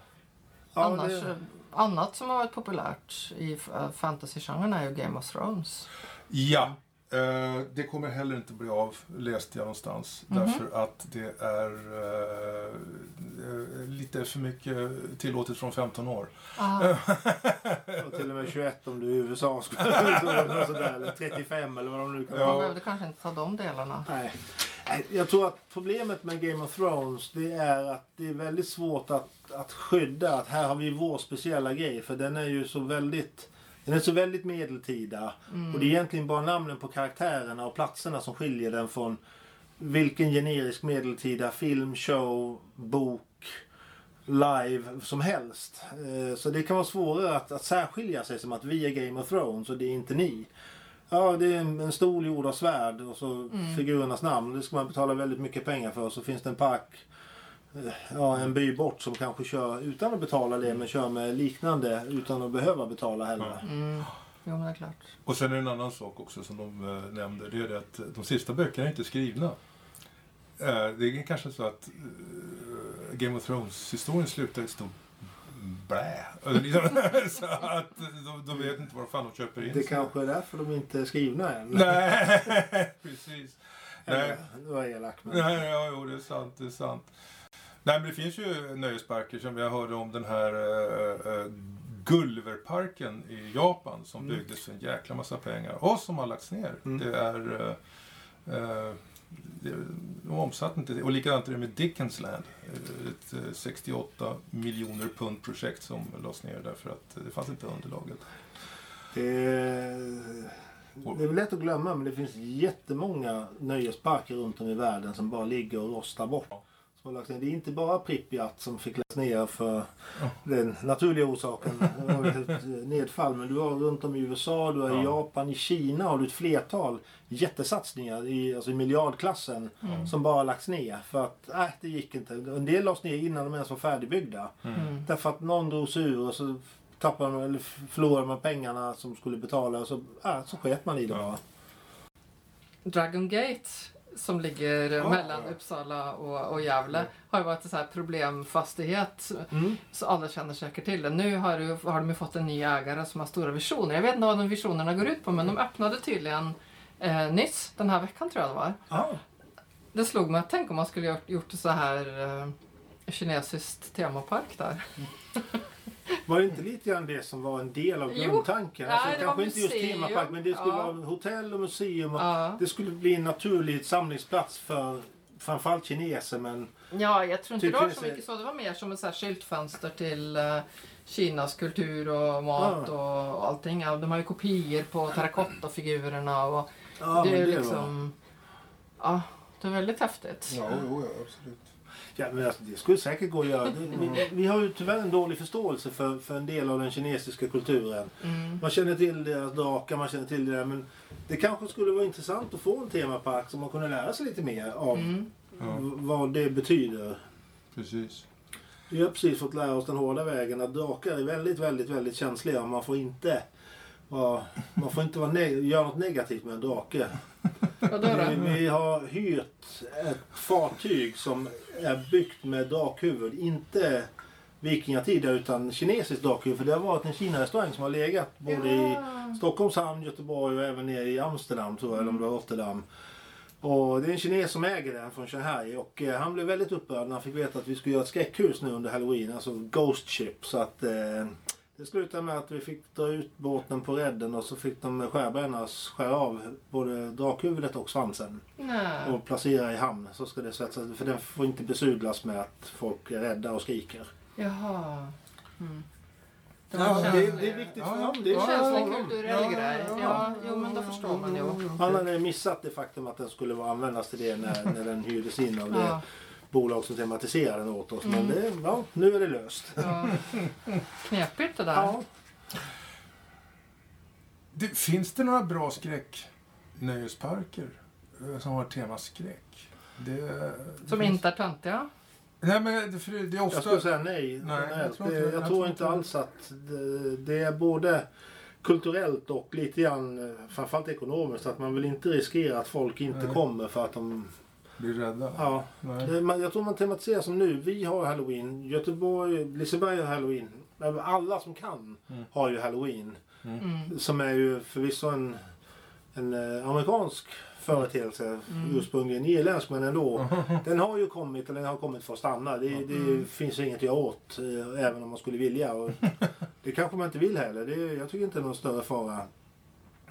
A: Annat som har varit populärt i fantasy-genren är ju Game of Thrones.
B: Ja, det kommer heller inte bli av, läste jag någonstans. Därför att det är lite för mycket tillåtet från 15 år.
C: Och till och med 21 om du är i USA eller 35 eller vad de nu kan vara.
A: Man behövde kanske inte ta de delarna.
C: Nej. Jag tror att problemet med Game of Thrones det är att det är väldigt svårt att skydda att här har vi vår speciella grej. För den är ju så väldigt... Den är så väldigt medeltida. Och det är egentligen bara namnen på karaktärerna och platserna som skiljer den från vilken generisk medeltida film, show, bok, live som helst. Så det kan vara svårare att särskilja sig som att vi är Game of Thrones och det är inte ni. Ja, det är en stol gjord av svärd och så figurernas namn. Det ska man betala väldigt mycket pengar för. Så finns det en park, en by bort som kanske kör utan att betala det men kör med liknande utan att behöva betala heller.
A: Jo, men det är klart.
B: Och sen är det en annan sak också som de nämnde. Det är det att de sista böckerna är inte skrivna. Det är kanske så att Game of Thrones-historien slutar i ett stort så att de vet inte vad fan de köper in.
C: Det kanske är därför de inte är skrivna än.
B: Nej, precis.
C: Nej, det var elak.
B: Nej, ja, det är sant. Nej, men det finns ju nöjesparker som jag hörde om den här Gulliverparken i Japan som byggdes för en jäkla massa pengar och som har lagts ner. Det är de omsatt inte. Och likadant är det med Dickensland. Ett 68 miljoner pund projekt som lades ner därför att det fanns inte underlaget.
C: Det är väl lätt att glömma men det finns jättemånga nöjesparker runt om i världen som bara ligger och rostar bort. Det är inte bara Pripyat som fick läggas ner för den naturliga orsaken. Nedfall. Men du har runt om i USA, du har i Japan, i Kina har du ett flertal jättesatsningar i miljardklassen som bara lagts ner. För att det gick inte. En del lades ner innan de ens var färdigbyggda. Därför att någon drog sig ur och så förlorade man pengarna som skulle betala och så sket man i det bara.
A: Dragon Gate som ligger mellan Uppsala och Gävle har ju varit en sån här problemfastighet så alla känner säkert till det. Nu har de ju fått en ny ägare som har stora visioner. Jag vet inte vad de visionerna går ut på men de öppnade tydligen nyss, den här veckan tror jag det var. Det slog mig att tänk om man skulle gjort så här kinesiskt temapark där.
C: Var det inte lite grann det som var en del av grundtanken?
A: Nej, det
C: kanske
A: var
C: inte just temapark men det skulle vara hotell och museum. Och det skulle bli en naturlig samlingsplats för framförallt kineser. Men
A: ja, jag tror inte det var så mycket så. Det var mer som ett så här skyltfönster till Kinas kultur och mat och allting. Ja, de har ju kopior på terrakottafigurerna och det är liksom... Ja, det är väldigt häftigt.
B: Ja, absolut.
C: Ja, men alltså, det skulle säkert gå att göra. Vi har ju tyvärr en dålig förståelse för en del av den kinesiska kulturen. Man känner till deras drakar, man känner till det där. Men det kanske skulle vara intressant att få en temapark som man kunde lära sig lite mer av vad det betyder.
B: Precis.
C: Vi har precis fått lära oss den hårda vägen att drakar är väldigt, väldigt, väldigt känsliga. Man får inte göra något negativt med en drake. Vi har hyrt ett fartyg som är byggt med drakhuvud. Inte vikingatida utan kinesiskt drakhuvud. För det har varit en Kina-restaurang som har legat både i Stockholms hamn, Göteborg och även nere i Amsterdam tror jag, eller om det var Rotterdam. Och det är en kines som äger den från Shanghai och han blev väldigt upprörd när han fick veta att vi skulle göra ett skräckhus nu under Halloween, alltså Ghost Ship. Så att det slutade med att vi fick dra ut båten på redden och så fick de skärbrännarna skära av både drakhuvudet och svansen. Och placera i hamn. Så ska det svetsas, för den får inte besudlas med att folk är rädda och skriker.
A: Jaha.
C: Det är viktigt för dem.
A: Det känns en kulturell grej. Ja, jo men då förstår man ju.
C: Han hade missat det faktum att den skulle användas till det när den hyrdes in av det bolag som tematiserar den åt oss. Men nu är det löst.
A: Ja. Knepigt det där.
B: Finns det några bra skräcknöjesparker som har tema skräck?
C: Som
A: inte är töntiga?
B: Nej, men det är ofta...
C: Jag skulle säga nej. Jag tror inte alls att det är både kulturellt och lite grann framförallt ekonomiskt att man vill inte riskera att folk inte kommer för att de
B: blir rädda.
C: Ja. Jag tror man tematiserar som nu. Vi har Halloween. Göteborg, Liseberg har Halloween. Alla som kan har ju Halloween. Som är ju förvisso en amerikansk företeelse ursprungligen irländsk men ändå. Den har ju kommit eller den har kommit för att stanna. Det finns inget att göra åt även om man skulle vilja. Och det kanske man inte vill heller. Jag tycker inte det är någon större fara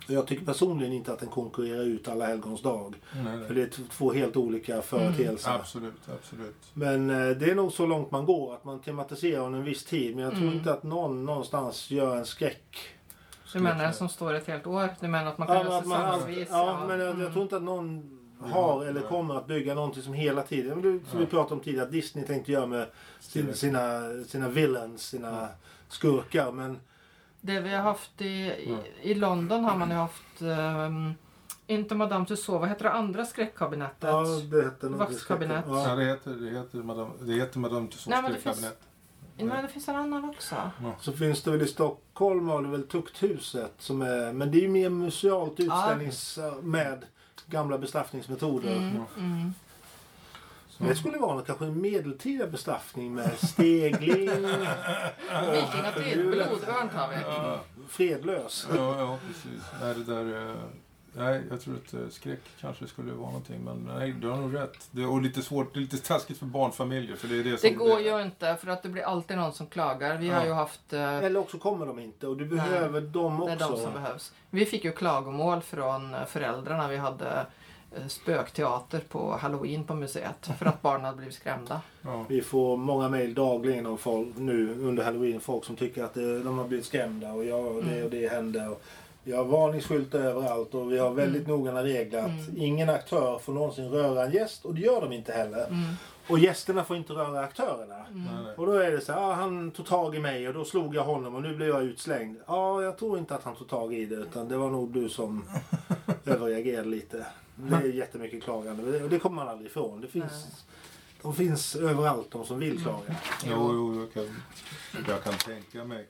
C: Jag tycker personligen inte att den konkurrerar ut Alla helgons dag.
B: Nej.
C: För det är två helt olika företeelser.
B: Absolut.
C: Men det är nog så långt man går att man tematiserar under en viss tid. Men jag tror inte att någon någonstans gör en skräck.
A: Du menar den som står ett helt år? Du menar att man kan göra säsongsvis?
C: Men jag tror inte att någon har eller kommer att bygga någonting som hela tiden, som vi pratade om tidigare, att Disney tänkte göra med sina villains, sina skurkar. Men
A: det vi har haft i London har man ju haft inte Madame Tussauds, vad heter det andra skräckkabinettet?
C: Ja, det heter något
A: Vaxkabinett.
B: Ja, det heter Madame Tussauds skräckkabinett.
A: Men det finns en annan också.
B: Ja.
C: Så finns det väl i Stockholm har det väl Tukthuset som är, men det är ju mer musealt utställnings med gamla bestraffningsmetoder. Det skulle vara kanske en medeltida bestraffning med stegling.
A: Vikingatid, blodörn tar vi.
C: Fredlös.
B: Ja, precis. Nej, jag tror att skräck kanske skulle vara någonting, men nej, du har nog rätt. Det är lite svårt, det är lite taskigt för barnfamiljer, för det är det som...
A: Det går ju inte, för att det blir alltid någon som klagar. Vi har ju haft...
C: Eller också kommer de inte, och du behöver dem också.
A: Det är de som behövs. Vi fick ju klagomål från föräldrarna. Vi hade spökteater på Halloween på museet för att barnen hade blivit skrämda.
C: Ja. Vi får många mejl dagligen om folk nu under Halloween, folk som tycker att de har blivit skrämda och det händer. Och vi har varningsskyltar överallt och vi har väldigt noggranna regler att ingen aktör får någonsin röra en gäst, och det gör de inte heller. Och gästerna får inte röra aktörerna. Och då är det så här, han tog tag i mig och då slog jag honom och nu blev jag utslängd. Ja, jag tror inte att han tog tag i det, utan det var nog du som överreagerade lite. Det är jättemycket klagande och det kommer man aldrig ifrån. De finns överallt, de som vill klaga.
B: Jo, jag kan tänka mig.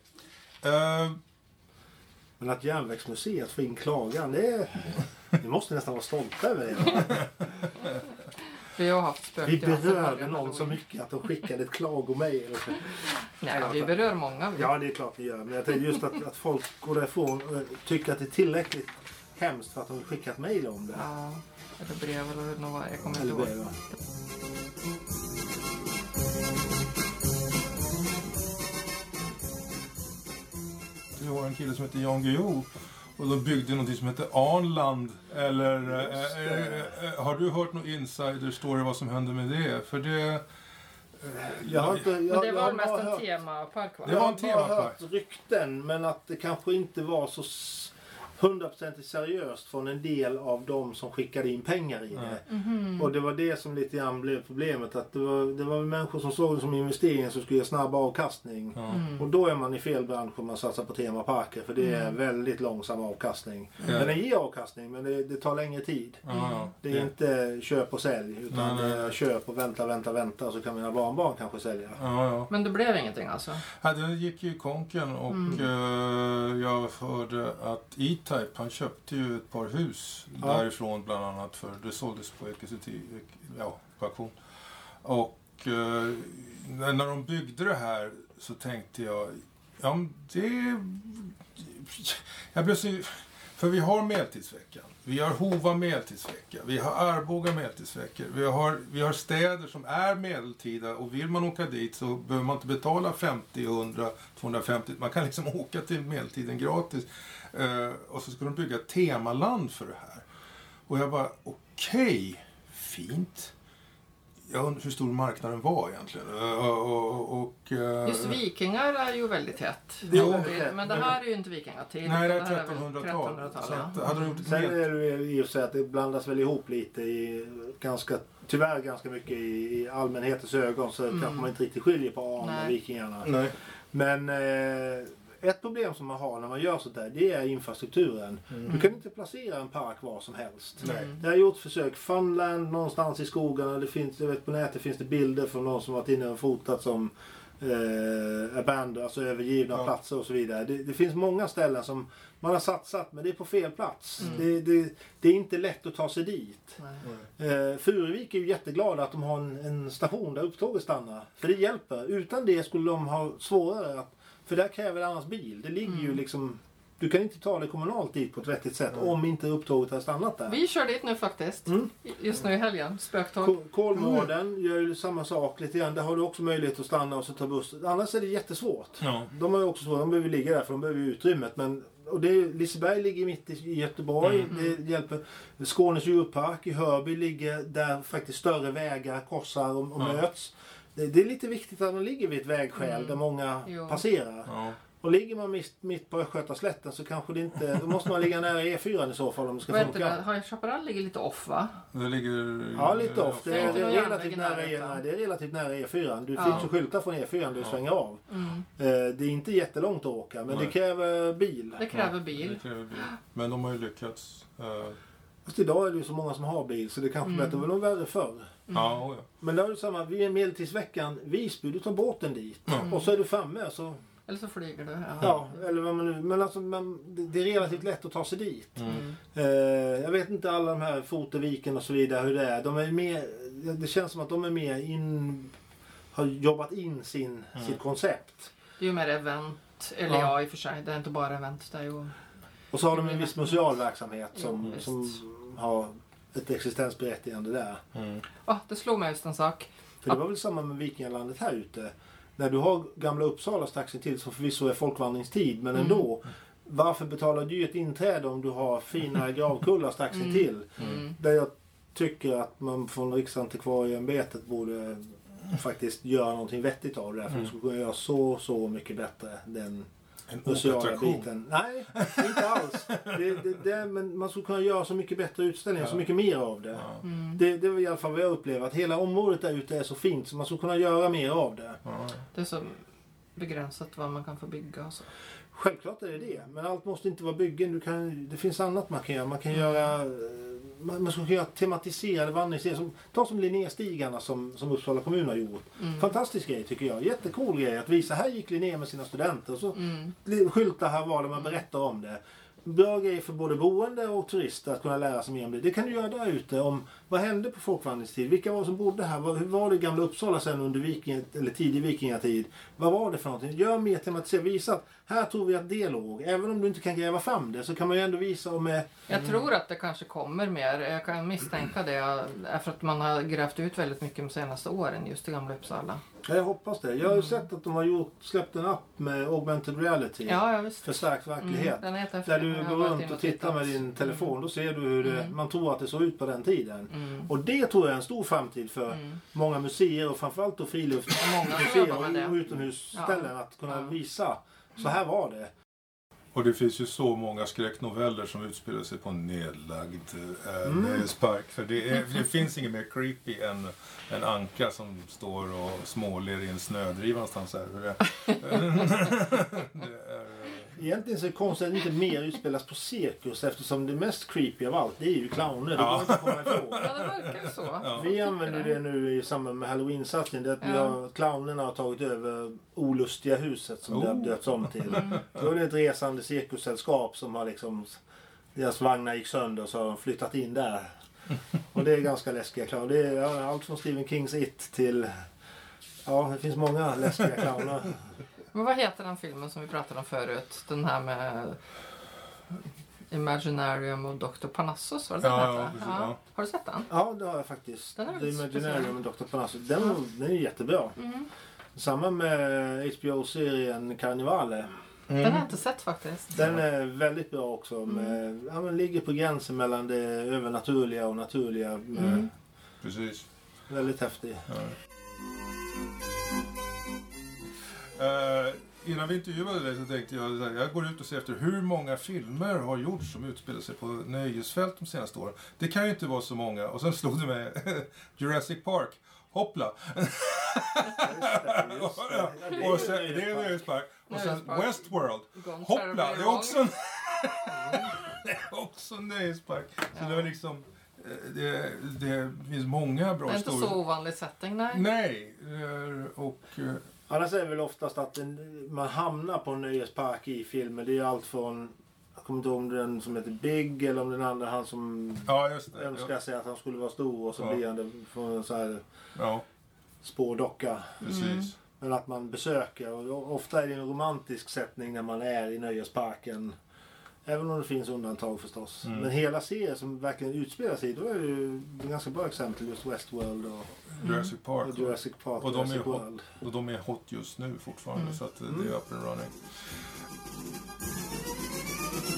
C: Men att Järnvägsmuseet får in klagan, det måste nästan vara stolta över det.
A: Vi har haft
C: vi berörde någon så mycket att de skickade ett klagomejl.
A: Nej, vi berör många.
C: Ja, det är klart vi gör. Men jag tänkte just att folk går därifrån och tycker att det är tillräckligt hemskt för att de skickat mejl om det.
A: Ja, eller brev eller något. Jag kommer inte ihåg.
B: Vi har en kille som heter Jan Guillou och de byggde något som heter Arnland. Eller har du hört någon insider story vad som hände med det? För det...
A: Men det var mest en temapark, va?
C: Det var en temapark. Jag har hört rykten, men att det kanske inte var så 100% seriöst från en del av dem som skickade in pengar i det. Och det var det som lite grann blev problemet, att det var människor som såg det som investering som skulle ge snabb avkastning. Och då är man i fel bransch om man satsar på temaparker, för det är väldigt långsam avkastning. Men den ger avkastning, men det tar längre tid. Det är inte köp och sälj, utan det är köp och vänta så kan mina barnbarn kanske sälja.
A: Men det blev ingenting alltså?
B: Ja, det gick ju i konken och jag hörde att E-Type, han köpte ju ett par hus därifrån bland annat, för det såldes på på auktion. Och när de byggde det här så tänkte jag, jag blev så, för vi har Medeltidsveckan, vi har Hova medeltidsvecka, vi har Arboga medeltidsveckor, vi har städer som är medeltida, och vill man åka dit så behöver man inte betala 50, 100, 250, man kan liksom åka till medeltiden gratis. Och så ska de bygga ett temaland för det här. Och jag bara, okej, fint. Jag undrar hur stor marknaden var egentligen.
A: Just vikingar är ju väldigt hett. Men det här är ju inte vikingatid.
B: Nej, det är 1300-tal.
C: Sen är det ju i och för sig att det blandas väl ihop lite tyvärr ganska mycket i allmänhetens ögon, så kanske man inte riktigt skiljer på Arn och vikingarna.
B: Nej.
C: Men ett problem som man har när man gör sånt där, det är infrastrukturen. Du kan inte placera en park var som helst. Det har gjort försök. Funland någonstans i skogarna. Det finns, jag vet, på nätet finns det bilder från någon som varit inne och fotat som abandoned, alltså övergivna platser och så vidare. Det finns många ställen som man har satsat, men det är på fel plats. Det är inte lätt att ta sig dit. Furuvik är ju jätteglada att de har en station där upptåget stannar. För det hjälper. Utan det skulle de ha svårare att, för där kräver det annars bil. Det ligger ju liksom, du kan inte ta det kommunalt dit på ett vettigt sätt om inte upptåget har stannat där.
A: Vi kör dit nu faktiskt. Just nu i helgen. Spöktåg.
C: Kolmården gör ju samma sak lite grann. Där har du också möjlighet att stanna och så ta buss. Annars är det jättesvårt. De har ju också svårt. De behöver ligga där för de behöver ju utrymmet. Men och Liseberg ligger mitt i Göteborg. Det hjälper. Skånes djurpark i Hörby ligger där faktiskt större vägar korsar och möts. Det är lite viktigt att man ligger vid ett vägskäl där många passerar. Ja. Och ligger man mitt på Östgötaslätten så kanske det inte... Då måste man ligga nära E4 i så fall om det ska funka.
A: Har Chaparral ligger lite off, va?
B: Det ligger...
C: Ja, lite off. Det är relativt nära E4. Det finns ju skyltar från E4 du svänger av. Det är inte jättelångt att åka, men det kräver bil.
A: Det kräver bil.
B: Men de har ju lyckats...
C: Fast idag är det ju så många som har bil så det kanske bättre var nog värre förr.
B: Ja.
C: Men det är ju samma, vi är medeltidsveckan, Visby, du tar båten dit och så är du framme så...
A: Eller så flyger du.
C: Ja, eller vad man nu... Men alltså, det är relativt lätt att ta sig dit. Jag vet inte alla de här Foteviken och så vidare hur det är. De är mer... Det känns som att de är mer har jobbat in sitt koncept.
A: Det är ju mer event. Eller i och för sig. Det är inte bara event. Det är ju...
C: Och så har de en viss museal verksamhet som har ett existensberättigande där.
A: Det slog mig just en sak.
C: För det var väl samma med Vikingalandet här ute. När du har Gamla Uppsala strax till så förvisso är folkvandringstid. Men ändå, varför betalar du ett inträde om du har fina gravkullar strax till? Där jag tycker att man från Riksantikvarieämbetet borde faktiskt göra någonting vettigt av det. För det skulle kunna göra så mycket bättre den museala biten. Nej, inte alls. Men man skulle kunna göra så mycket bättre utställningar, så mycket mer av det. Det är i alla fall vad jag upplever. Att hela området där ute är så fint så man skulle kunna göra mer av det.
A: Det är så begränsat vad man kan få bygga och så.
C: Självklart är det. Men allt måste inte vara byggen. Det finns annat man kan göra. Man kan göra... Man skulle kunna göra tematiserade vandringsleder. Ta som Linnéstigarna som Uppsala kommun har gjort. Fantastisk grej tycker jag. Jättecool grej att visa. Här gick Linné med sina studenter. Och så skyltar här var det man berättar om det. Bra grej för både boende och turister att kunna lära sig mer om det. Det kan du göra där ute om vad hände på folkvandringstid. Vilka var det som bodde här? Hur var det i Gamla Uppsala sen under tidig vikingatid? Vad var det för någonting? Gör mer tematiserat. Visa att här tror vi att det låg. Även om du inte kan gräva fram det så kan man ju ändå visa om...
A: Jag tror att det kanske kommer mer. Jag kan misstänka det. För att man har grävt ut väldigt mycket de senaste åren just i Gamla Uppsala.
C: Ja, jag hoppas det. Jag har ju sett att de har släppt en app med augmented reality.
A: Ja, visst.
C: Förstärkt verklighet. Där du går runt och tittar med din telefon. Då ser du hur man tror att det såg ut på den tiden. Och det tror jag är en stor framtid för många museer och framförallt då friluftsmuseer och utomhusställen att kunna visa. Så här var det.
B: Och det finns ju så många skräcknoveller som utspelar sig på en nedlagd nöjespark. För det finns inget mer creepy än en anka som står och småler i en snödriva någonstans här.
C: Egentligen så är det konstigt att inte mer utspelas på cirkus eftersom det mest creepy av allt det är ju clowner. Det går inte att komma ifrån.
A: Ja, det verkar så. Ja.
C: Vi använder det nu i samband med Halloween-satsningen. Clownerna har tagit över Olustiga huset som det har döpts om till. Då är det ett resande cirkussällskap som har liksom... Deras vagnar gick sönder så har de flyttat in där. Och det är ganska läskiga clowner. Det är allt från Stephen Kings It till... Ja, det finns många läskiga clowner.
A: Men vad heter den filmen som vi pratade om förut? Den här med Imaginarium och Dr. Parnassus, var det den heter? Ja. Har du sett den?
C: Ja, det har jag faktiskt.
A: Den är
C: The Imaginarium och Dr. Parnassus. Den är jättebra. Samma med HBO-serien Carnivale.
A: Den har jag inte sett faktiskt.
C: Den är väldigt bra också. Den ligger på gränsen mellan det övernaturliga och naturliga.
B: Precis.
C: Väldigt häftig.
B: Ja. Innan vi intervjuade dig så tänkte jag går ut och ser efter hur många filmer har gjorts som utspelar sig på nöjesfält de senaste åren. Det kan ju inte vara så många. Och sen slog det med Jurassic Park. Hoppla! Och sen, det är nöjespark. Och sen Westworld. Hoppla! Det är också nöjespark. Så det var liksom... Det finns många bra historier.
A: Det är inte så ovanlig setting, nej.
B: Nej, och...
C: Annars är det väl oftast att man hamnar på en nöjespark i filmer. Det är allt från... Jag kommer inte ihåg om den som heter Big eller om den andra han som önskar sig att han skulle vara stor och så blir han det från en så här spårdocka.
B: Precis.
C: Men att man besöker. Och ofta är det en romantisk sättning när man är i nöjesparken. Även om det finns undantag förstås. Men hela serien som verkligen utspelar sig, då är det ju ett ganska bra exempel just Westworld och
B: Jurassic Park.
C: Och Jurassic Park
B: och de är hot just nu fortfarande så att det är up and running.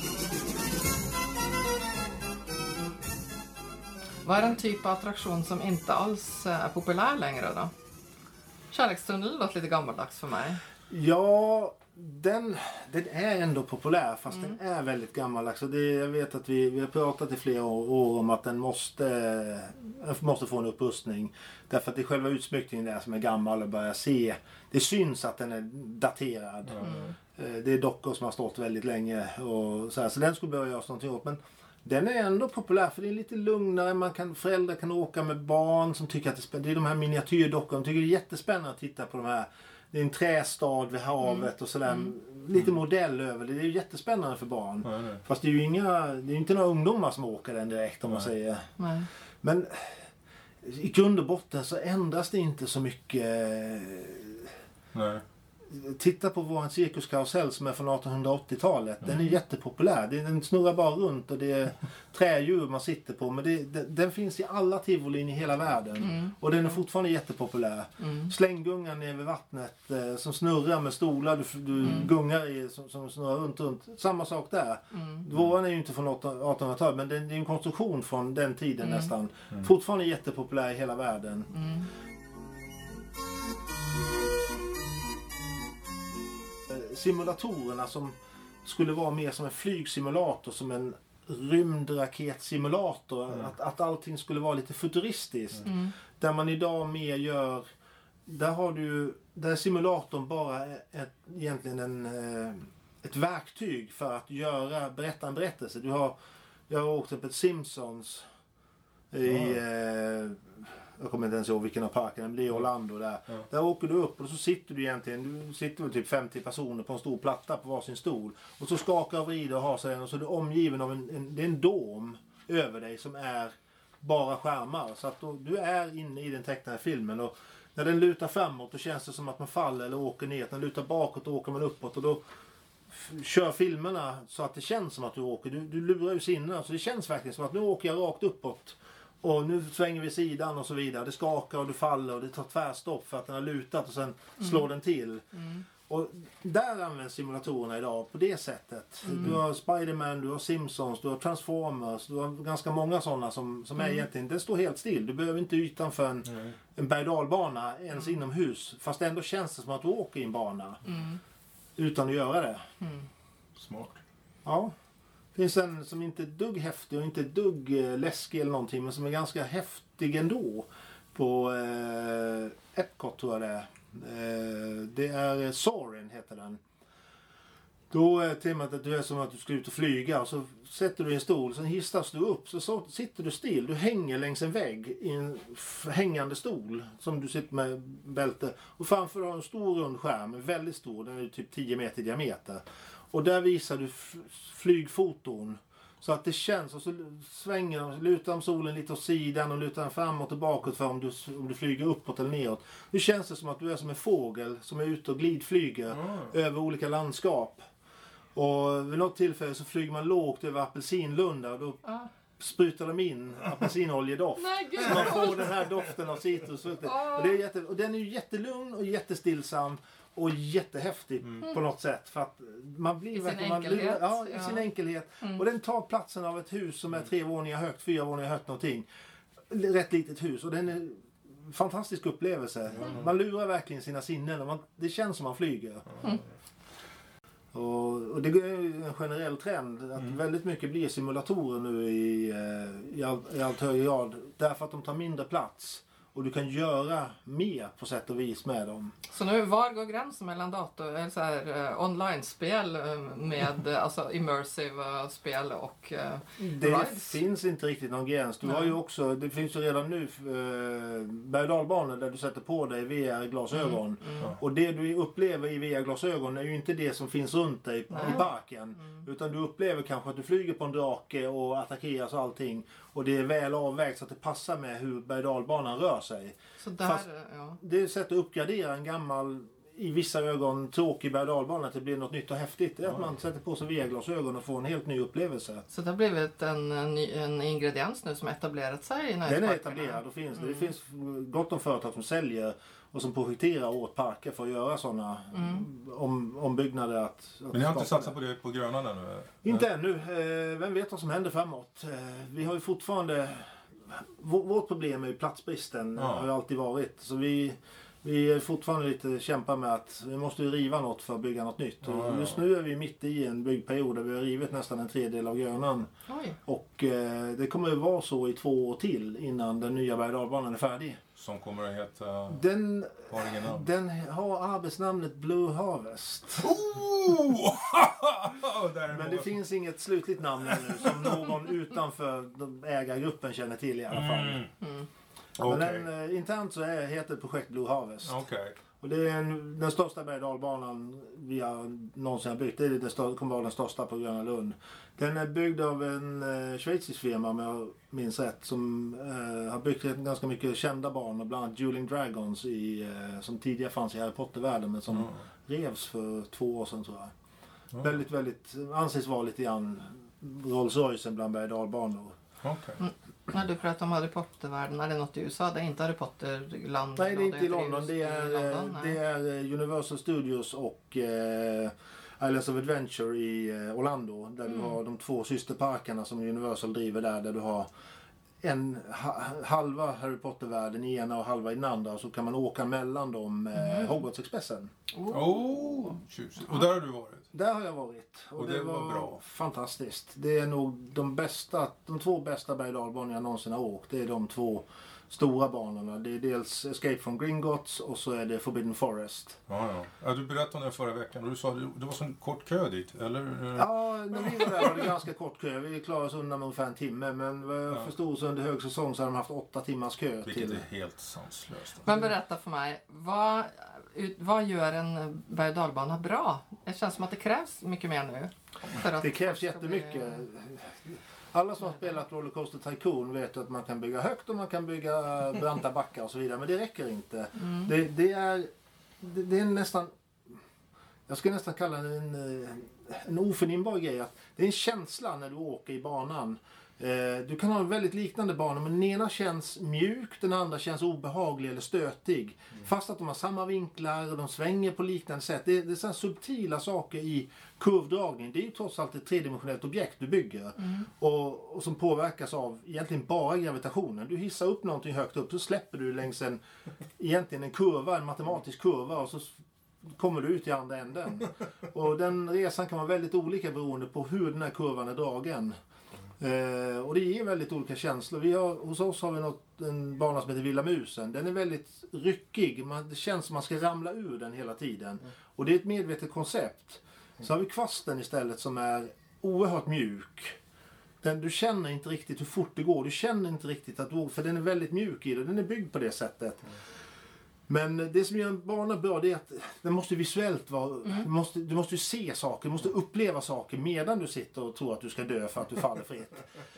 A: Vad är en typ av attraktion som inte alls är populär längre då? Kärlekstunneln låter lite gammaldags för mig.
C: Ja, den är ändå populär fast den är väldigt gammaldags. Jag vet att vi har pratat i flera år om att den måste få en upprustning. Därför att det är själva utsmyckningen där som är gammal och börjar se. Det syns att den är daterad. Det är dockor som har stått väldigt länge. Och så den skulle behöva göras någonting åt. Men den är ändå populär för det är lite lugnare. Föräldrar kan åka med barn som tycker att det är de här miniatyrdockorna. De tycker det är jättespännande att titta på de här. Det är en trästad vid havet och sådär. Lite modell över det. Det är ju jättespännande för barn. Fast det är ju inte några ungdomar som åker den direkt om man säger.
A: Nej.
C: Men i grund och botten så ändras det inte så mycket.
B: Nej.
C: Titta på vår cirkuskarusell som är från 1880-talet. Den är jättepopulär. Den snurrar bara runt och det är trädjur man sitter på. Men den finns i alla tivolin i hela världen. Och den är fortfarande jättepopulär. Slänggungan nere vid vattnet som snurrar med stolar du gungar i som snurrar runt. Samma sak där. Våran är ju inte från 1800-talet men det är en konstruktion från den tiden nästan. Fortfarande jättepopulär i hela världen. Simulatorerna som skulle vara mer som en flygsimulator, som en rymdraketsimulator. Att allting skulle vara lite futuristiskt. Där man idag mer gör... Där är simulatorn bara egentligen ett verktyg för att berätta en berättelse. Jag har åkt på ett Simpsons jag kommer inte ens ihåg vilken av parken, det är Orlando där. Där åker du upp och så sitter du sitter typ 50 personer på en stor platta på varsin stol. Och så skakar och vrider och har sig och så är du omgiven av det är en dom över dig som är bara skärmar. Så att du är inne i den tecknade filmen och när den lutar framåt då känns det som att man faller eller åker ner. När den lutar bakåt och åker man uppåt och då kör filmerna så att det känns som att du åker. Du lurar ju sinnen så det känns verkligen som att nu åker jag rakt uppåt. Och nu svänger vi sidan och så vidare. Det skakar och du faller och det tar tvärstopp för att den har lutat och sen slår den till. Och där används simulatorerna idag på det sättet. Du har Spider-Man, du har Simpsons, du har Transformers, du har ganska många sådana som är egentligen, det står helt still. Du behöver inte ytan för en berg-dalbana ens inomhus. Fast ändå känns det som att du åker i en bana. Utan att göra det.
B: Smart.
C: Ja. Det finns en som inte är dugg häftig och inte är dugg läskig eller någonting. Men som är ganska häftig ändå. På Epcot tror jag det är. Det är Soarin heter den. Då är temat att du är som att du ska ut och flyga. Och så sätter du i en stol. Sen hisstas du upp. Så sitter du still. Du hänger längs en vägg i en hängande stol. Som du sitter med bälte. Och framför har en stor rund skärm. Väldigt stor. Den är typ 10 meter i diameter. Och där visar du flygfoton. Så att det känns. Och så svänger de. Lutar om solen lite åt sidan. Och lutar den framåt och bakåt. För om du flyger uppåt eller neråt. Nu känns det som att du är som en fågel. Som är ute och glidflyger. Över olika landskap. Och vid något tillfälle så flyger man lågt över apelsinlundar. Och då sprutar de in apelsinoljedoft. Så man får den här doften av citrusfrukter. Och den är ju jättelugn och jättestillsam. Och jättehäftig på något sätt. För att man blir i sin enkelhet. Och den tar platsen av ett hus som är 3 våningar högt, 4 våningar högt någonting. Rätt litet hus. Och den är en fantastisk upplevelse. Man lurar verkligen sina sinnen. Och det känns som man flyger. Och det är en generell trend att väldigt mycket blir simulatorer nu i allt högre grad. Därför att de tar mindre plats. Och du kan göra mer på sätt och vis med dem.
A: Så nu, var går gränsen mellan dator, eller så här, online-spel med alltså immersive spel och
C: det finns inte riktigt någon gräns. Du har ju också, det finns ju redan nu berg-dalbanor där du sätter på dig VR-glasögon. Och det du upplever i VR-glasögon är ju inte det som finns runt dig i parken. Utan du upplever kanske att du flyger på en drake och attackeras och allting. Och det är väl avvägt så att det passar med hur berg-dalbanan rör sig.
A: Så där,
C: det är ett sätt att uppgradera en gammal, i vissa ögon tråkig berg-dalbana att det blir något nytt och häftigt. Det är att man sätter på sig VR-glasögon och får en helt ny upplevelse.
A: Så det har blivit en ingrediens nu som etablerat sig i nöjesparkerna?
C: Den är etablerad och finns. Det finns gott om företag som säljer och som projekterar åt parker för att göra sådana ombyggnader.
B: Men ni har inte satsat på det på Grönan ännu?
C: Inte ännu. Vem vet vad som händer framåt. Vi har ju fortfarande vårt problem är ju platsbristen. Har ju alltid varit. Så vi är fortfarande lite kämpar med att vi måste ju riva något för att bygga något nytt. Och just nu är vi mitt i en byggperiod där vi har rivit nästan en tredjedel av Grönan. Och det kommer att vara så i 2 år till innan den nya berg- och dalbanan är färdig.
B: Som kommer att heta...
C: Den har arbetsnamnet Blue Harvest. Men det finns inget slutligt namn ännu som någon utanför ägargruppen känner till i alla fall. Men internt så heter projekt Blue Harvest. Och det är den största berg- och dalbanan vi har någonsin byggt. Det kommer vara den största på Gröna Lund. Den är byggd av en schweizisk firma, om jag minns rätt, som har byggt ganska mycket kända banor. Bland annat Dueling Dragons som tidigare fanns i Harry Potter-världen men som revs för 2 år sedan, tror jag. Väldigt, väldigt anses vara lite grann Rolls-Royce bland berg- och dalbanor.
A: När du pratar om Harry Potter-världen, är det något i USA? Det är inte Harry Potter-land?
C: Nej, det är inte i London. Det är Universal Studios och Islands of Adventure i Orlando. Där du har de 2 systerparkerna som Universal driver där du har halva Harry Potter-världen i ena och halva i den andra. Och så kan man åka mellan dem Hogwarts-expressen.
B: Och där har du varit?
C: Där har jag varit. Och det var bra. Fantastiskt. Det är nog de 2 bästa berg- och dalbanor jag någonsin har åkt. Det är de 2 stora banorna. Det är dels Escape from Gringotts och så är det Forbidden Forest.
B: Ja, du berättade om det förra veckan och du sa att det var så kort kö dit, eller?
C: Ja, när vi var där var det ganska kort kö. Vi klarade oss undan med ungefär en timme. Men vad jag förstod så under högsäsong så har de haft 8 timmars kö.
B: Vilket är helt sanslöst.
A: Men berätta för mig, vad gör en berg- och dalbana bra? Det känns som att det krävs mycket mer nu.
C: Det krävs jättemycket. Alla som har spelat Rollercoaster Tycoon vet att man kan bygga högt och man kan bygga branta backar och så vidare. Men det räcker inte. Det är nästan... Jag skulle nästan kalla det en oförnimbar grej. Att det är en känsla när du åker i banan. Du kan ha en väldigt liknande bana, men den ena känns mjuk, den andra känns obehaglig eller stötig. Fast att de har samma vinklar och de svänger på liknande sätt. Det är så här subtila saker i kurvdragning. Det är ju trots allt ett tredimensionellt objekt du bygger. Och som påverkas av egentligen bara gravitationen. Du hissar upp någonting högt upp så släpper du längs en kurva, en matematisk kurva, och så kommer du ut i andra änden. Och den resan kan vara väldigt olika beroende på hur den här kurvan är dragen. Och det ger väldigt olika känslor. Hos oss har vi en bana som heter Villa Musen. Den är väldigt ryckig. Det känns som man ska ramla ur den hela tiden. Och det är ett medvetet koncept. Så har vi Kvasten istället som är oerhört mjuk. Du känner inte riktigt hur fort det går. Du känner inte riktigt för den är väldigt mjuk i det. Den är byggd på det sättet. Men det som gör en bana bra, det är att den måste visuellt vara... Du måste ju se saker, du måste uppleva saker medan du sitter och tror att du ska dö för att du faller fritt.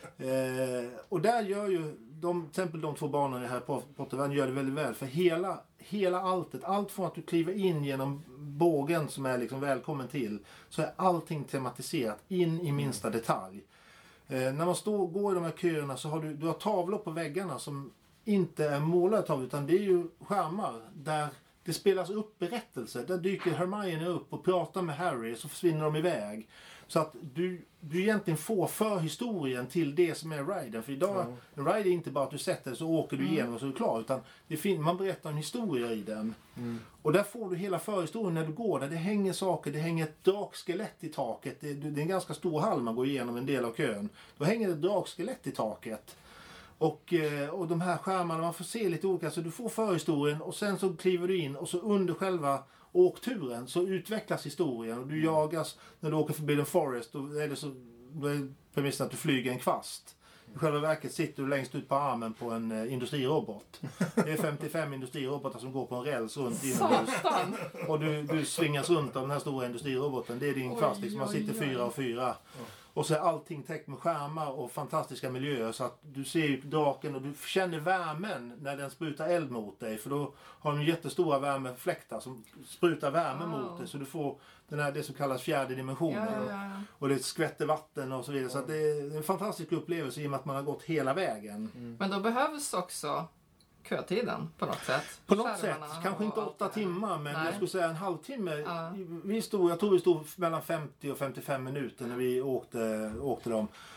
C: Och där gör ju till exempel de 2 banorna i här Pottervärlden gör det väldigt väl. För hela alltet, allt från att du kliver in genom bågen som är liksom välkommen till, så är allting tematiserat in i minsta detalj. När man går i de här köerna så har du har tavlor på väggarna som inte är målat av, utan det är ju skärmar där det spelas upp berättelser. Där dyker Hermione upp och pratar med Harry, så försvinner de iväg. Så att du egentligen får för historien till det som är riden. För idag, en ride är inte bara att du sätter så åker du igenom och så är du klar. Utan man berättar en historia i den. Och där får du hela förhistorien när du går där. Det hänger saker, det hänger ett drakskelett i taket. Det är en ganska stor hall man går igenom en del av kön. Då hänger det ett drakskelett i taket. Och de här skärmarna, man får se lite olika, så du får förhistorien och sen så kliver du in och så under själva åkturen så utvecklas historien och du jagas när du åker förbi den Forest, då är premissen att du flyger en kvast. I själva verket sitter du längst ut på armen på en industrirobot. Det är 55 industrirobotar som går på en räls runt inomhus. Och du svingas runt av den här stora industriroboten. Det är din kvast, liksom. Man sitter 4 och 4. Och så är allting täckt med skärmar och fantastiska miljöer, så att du ser ju draken och du känner värmen när den sprutar eld mot dig. För då har de jättestora värmefläktar som sprutar värme mot dig, så du får det som kallas fjärde dimensionen. Ja. Och det skvätter vatten och så vidare. Så att det är en fantastisk upplevelse i och med att man har gått hela vägen.
A: Men då behövs också kötiden på något sätt.
C: På något sätt. Kanske inte 8 timmar, men jag skulle säga en halvtimme. Jag tror vi stod mellan 50 och 55 minuter när vi åkte dem.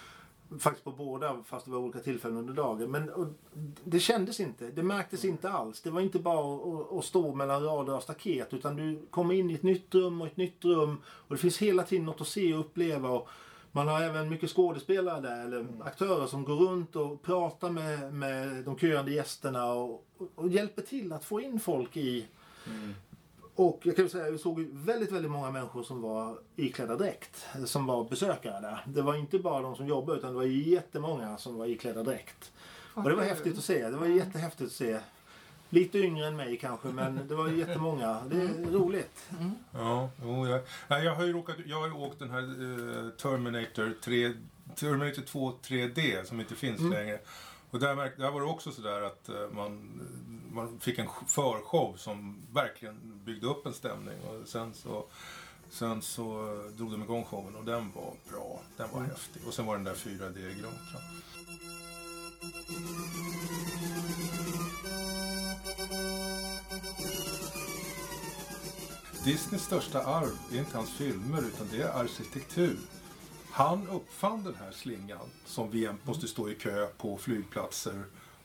C: faktiskt på båda fast det var olika tillfällen under dagen. Men det kändes inte. Det märktes inte alls. Det var inte bara att stå mellan rader av staket utan du kommer in i ett nytt rum och ett nytt rum och det finns hela tiden något att se och uppleva. Och man har även mycket skådespelare där eller aktörer som går runt och pratar med de köande gästerna och hjälper till att få in folk i. Och jag kan säga vi såg väldigt, väldigt många människor som var iklädda dräkt som var besökare där. Det var inte bara de som jobbade utan det var jättemånga som var iklädda dräkt. Och det var häftigt att se. Det var jättehäftigt att se. Lite yngre än mig kanske men det var jättemånga. Det är roligt.
B: Ja, jag har ju åkt den här Terminator 2 3D som inte finns längre. Och där var det också sådär att man fick en förshow som verkligen byggde upp en stämning. Och sen så drog de igång showen och den var bra. Den var häftig. Och sen var den där 4D-grunkan. Disneys största arv är inte hans filmer utan det är arkitektur. Han uppfann den här slingan som vi måste stå i kö på flygplatser.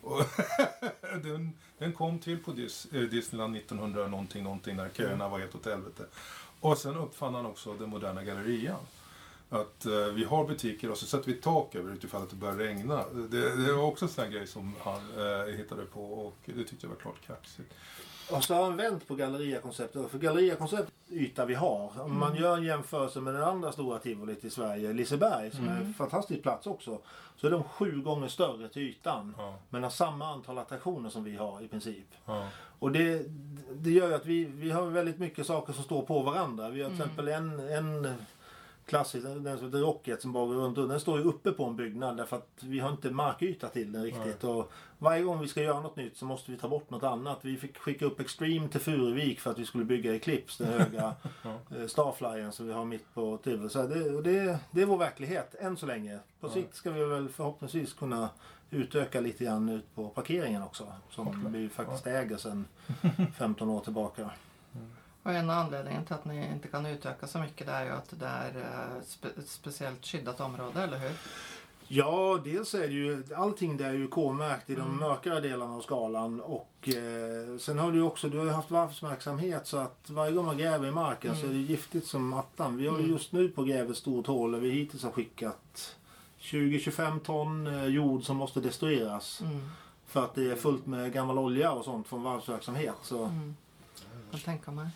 B: den kom till på Disneyland 1900 någonting när köerna var helt åt helvete. Och sen uppfann han också den moderna gallerian. Att vi har butiker och så sätter vi tak över utifall att det börjar regna. Det var också en sån här grej som han hittade på och det tyckte jag var klart kaxigt.
C: Och så har han vänt på Galleria-konceptet. För Galleria-konceptet yta vi har. Om man gör en jämförelse med den andra stora tivolit i Sverige, Liseberg, som är en fantastisk plats också. Så är de 7 gånger större till ytan. Ja. Men har samma antal attraktioner som vi har i princip. Ja. Och det gör ju att vi har väldigt mycket saker som står på varandra. Vi har till exempel en klassisk, den som heter Rocket som bara går runt och den står ju uppe på en byggnad därför att vi har inte markyta till den riktigt. Och varje gång vi ska göra något nytt så måste vi ta bort något annat. Vi fick skicka upp Extreme till Furuvik för att vi skulle bygga Eclipse, den höga Starflyern som vi har mitt på TV. Så det är vår verklighet än så länge. På sikt ska vi väl förhoppningsvis kunna utöka lite grann ut på parkeringen också som vi faktiskt äger sedan 15 år tillbaka.
A: Och en av anledningen till att ni inte kan utöka så mycket det är ju att det är ett speciellt skyddat område, eller hur?
C: Ja, dels är det ju allting där är ju K-märkt i de mörkare delarna av skalan och sen har du har haft varvsverksamhet så att varje gång man gräver i marken så är det giftigt som attan. Vi har just nu på gräv ett stort hål där vi hittills har skickat 20-25 ton jord som måste destrueras för att det är fullt med gammal olja och sånt från varvsverksamhet. Så.
A: Jag tänker mig.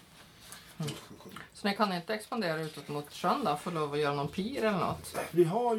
A: Så ni kan inte expandera utåt mot sjön då? Får lov att göra någon pir eller något?
C: Vi har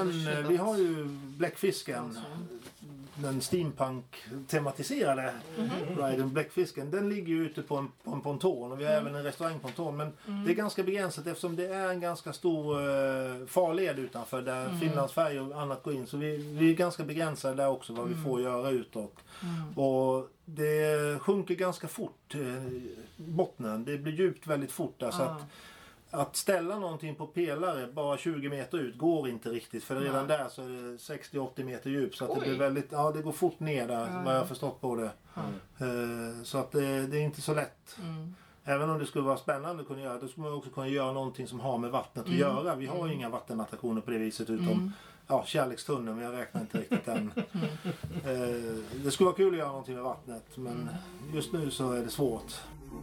C: ju Bläckfisken. Den steampunk-tematiserade riden Bläckfisken. Den ligger ju ute på en ponton och vi har även en restaurangponton. Men det är ganska begränsat eftersom det är en ganska stor farled utanför där Finlandsfärg och annat går in. Så vi är ganska begränsade där också vad vi får göra utåt. Och det sjunker ganska fort bottnen. Det blir djupt väldigt fort där så att ställa någonting på pelare bara 20 meter ut går inte riktigt. För redan där så är det 60-80 meter djup. Så att det blir väldigt, det går fort ner där vad jag har förstått på det. Så att det är inte så lätt. Även om det skulle vara spännande att kunna göra, då skulle man också kunna göra någonting som har med vattnet att göra. Vi har ju inga vattenattraktioner på det viset utom kärlekstunneln, men jag räknar inte riktigt än. Det skulle vara kul att göra någonting med vattnet, men just nu så är det svårt.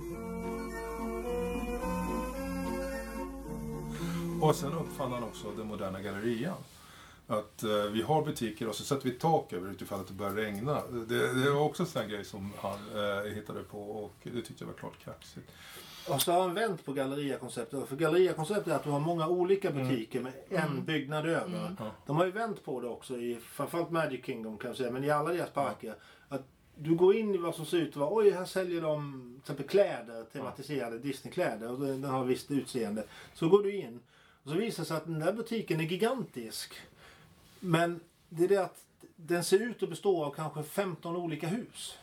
B: Och sen uppfann han också den moderna gallerian. Att vi har butiker och så sätter vi tak över utifall att det börjar regna. Det var också en sån grej som han hittade på och det tyckte jag var klart kaxigt.
C: Och så har han vänt på Galleria-konceptet. För Galleria-konceptet är att du har många olika butiker med en byggnad över. De har ju vänt på det också i framförallt Magic Kingdom kan jag säga, men i alla deras parker. Att du går in i vad som ser ut att vara, oj här säljer de till exempel kläder, tematiserade Disney-kläder och den har visst utseende. Så går du in och så visar det sig att den där butiken är gigantisk. Men det är det att den ser ut att bestå av kanske 15 olika hus.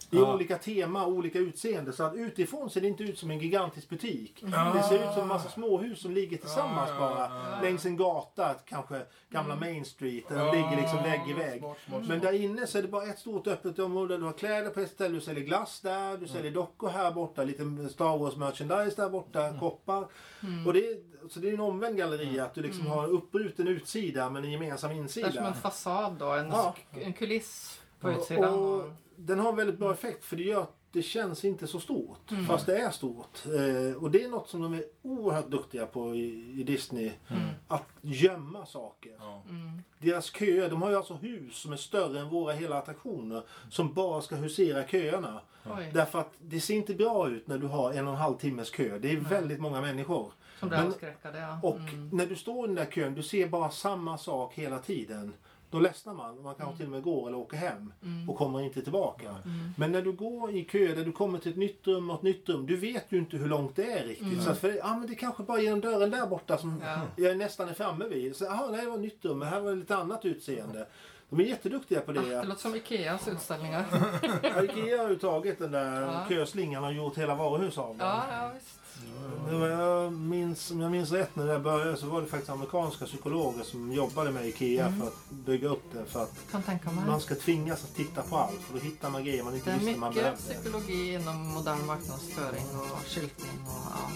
C: Det är olika tema, olika utseende. Så att utifrån ser det inte ut som en gigantisk butik. Det ser ut som en massa småhus som ligger tillsammans bara. Längs en gata, kanske gamla Main Street. De ligger liksom vägg i vägg. Men där inne så är det bara ett stort öppet område. Du har kläder på ett ställe, du säljer glass där. Du säljer dockor här borta. Lite Star Wars merchandise där borta. Koppar. Och så det är en omvänd galleria. Att du liksom har uppbruten utsida men en gemensam insida.
A: Det är som en fasad då. En kuliss på utsidan.
C: Och den har väldigt bra effekt för det gör att det känns inte så stort. Fast det är stort. Och det är något som de är oerhört duktiga på i Disney. Att gömma saker. Deras köer, de har ju alltså hus som är större än våra hela attraktioner. Som bara ska husera köerna. Därför att det ser inte bra ut när du har 1,5 timmes kö. Det är väldigt många människor.
A: Som blir avskräckade, ja.
C: Och när du står i den där kön, du ser bara samma sak hela tiden. Då ledsnar man. Man kanske till och med går eller åker hem. Och kommer inte tillbaka. Men när du går i kö där du kommer till ett nytt rum och ett nytt rum. Du vet ju inte hur långt det är riktigt. Så att men det är kanske bara genom dörren där borta som jag nästan är framme vid. Så nej, det var ett nytt rum. Men här var det lite annat utseende. De är jätteduktiga på det.
A: Det låter som Ikeas utställningar.
C: Ikea har ju tagit den där köslingan och gjort hela varuhus av den.
A: Ja, visst.
C: Om jag minns rätt när det började så var det faktiskt amerikanska psykologer som jobbade med Ikea för att bygga upp det. För att man ska tvingas att titta på allt. För då hittar man grejer man inte visste man behövde.
A: Det är mycket psykologi inom modern marknadsföring och skyltning och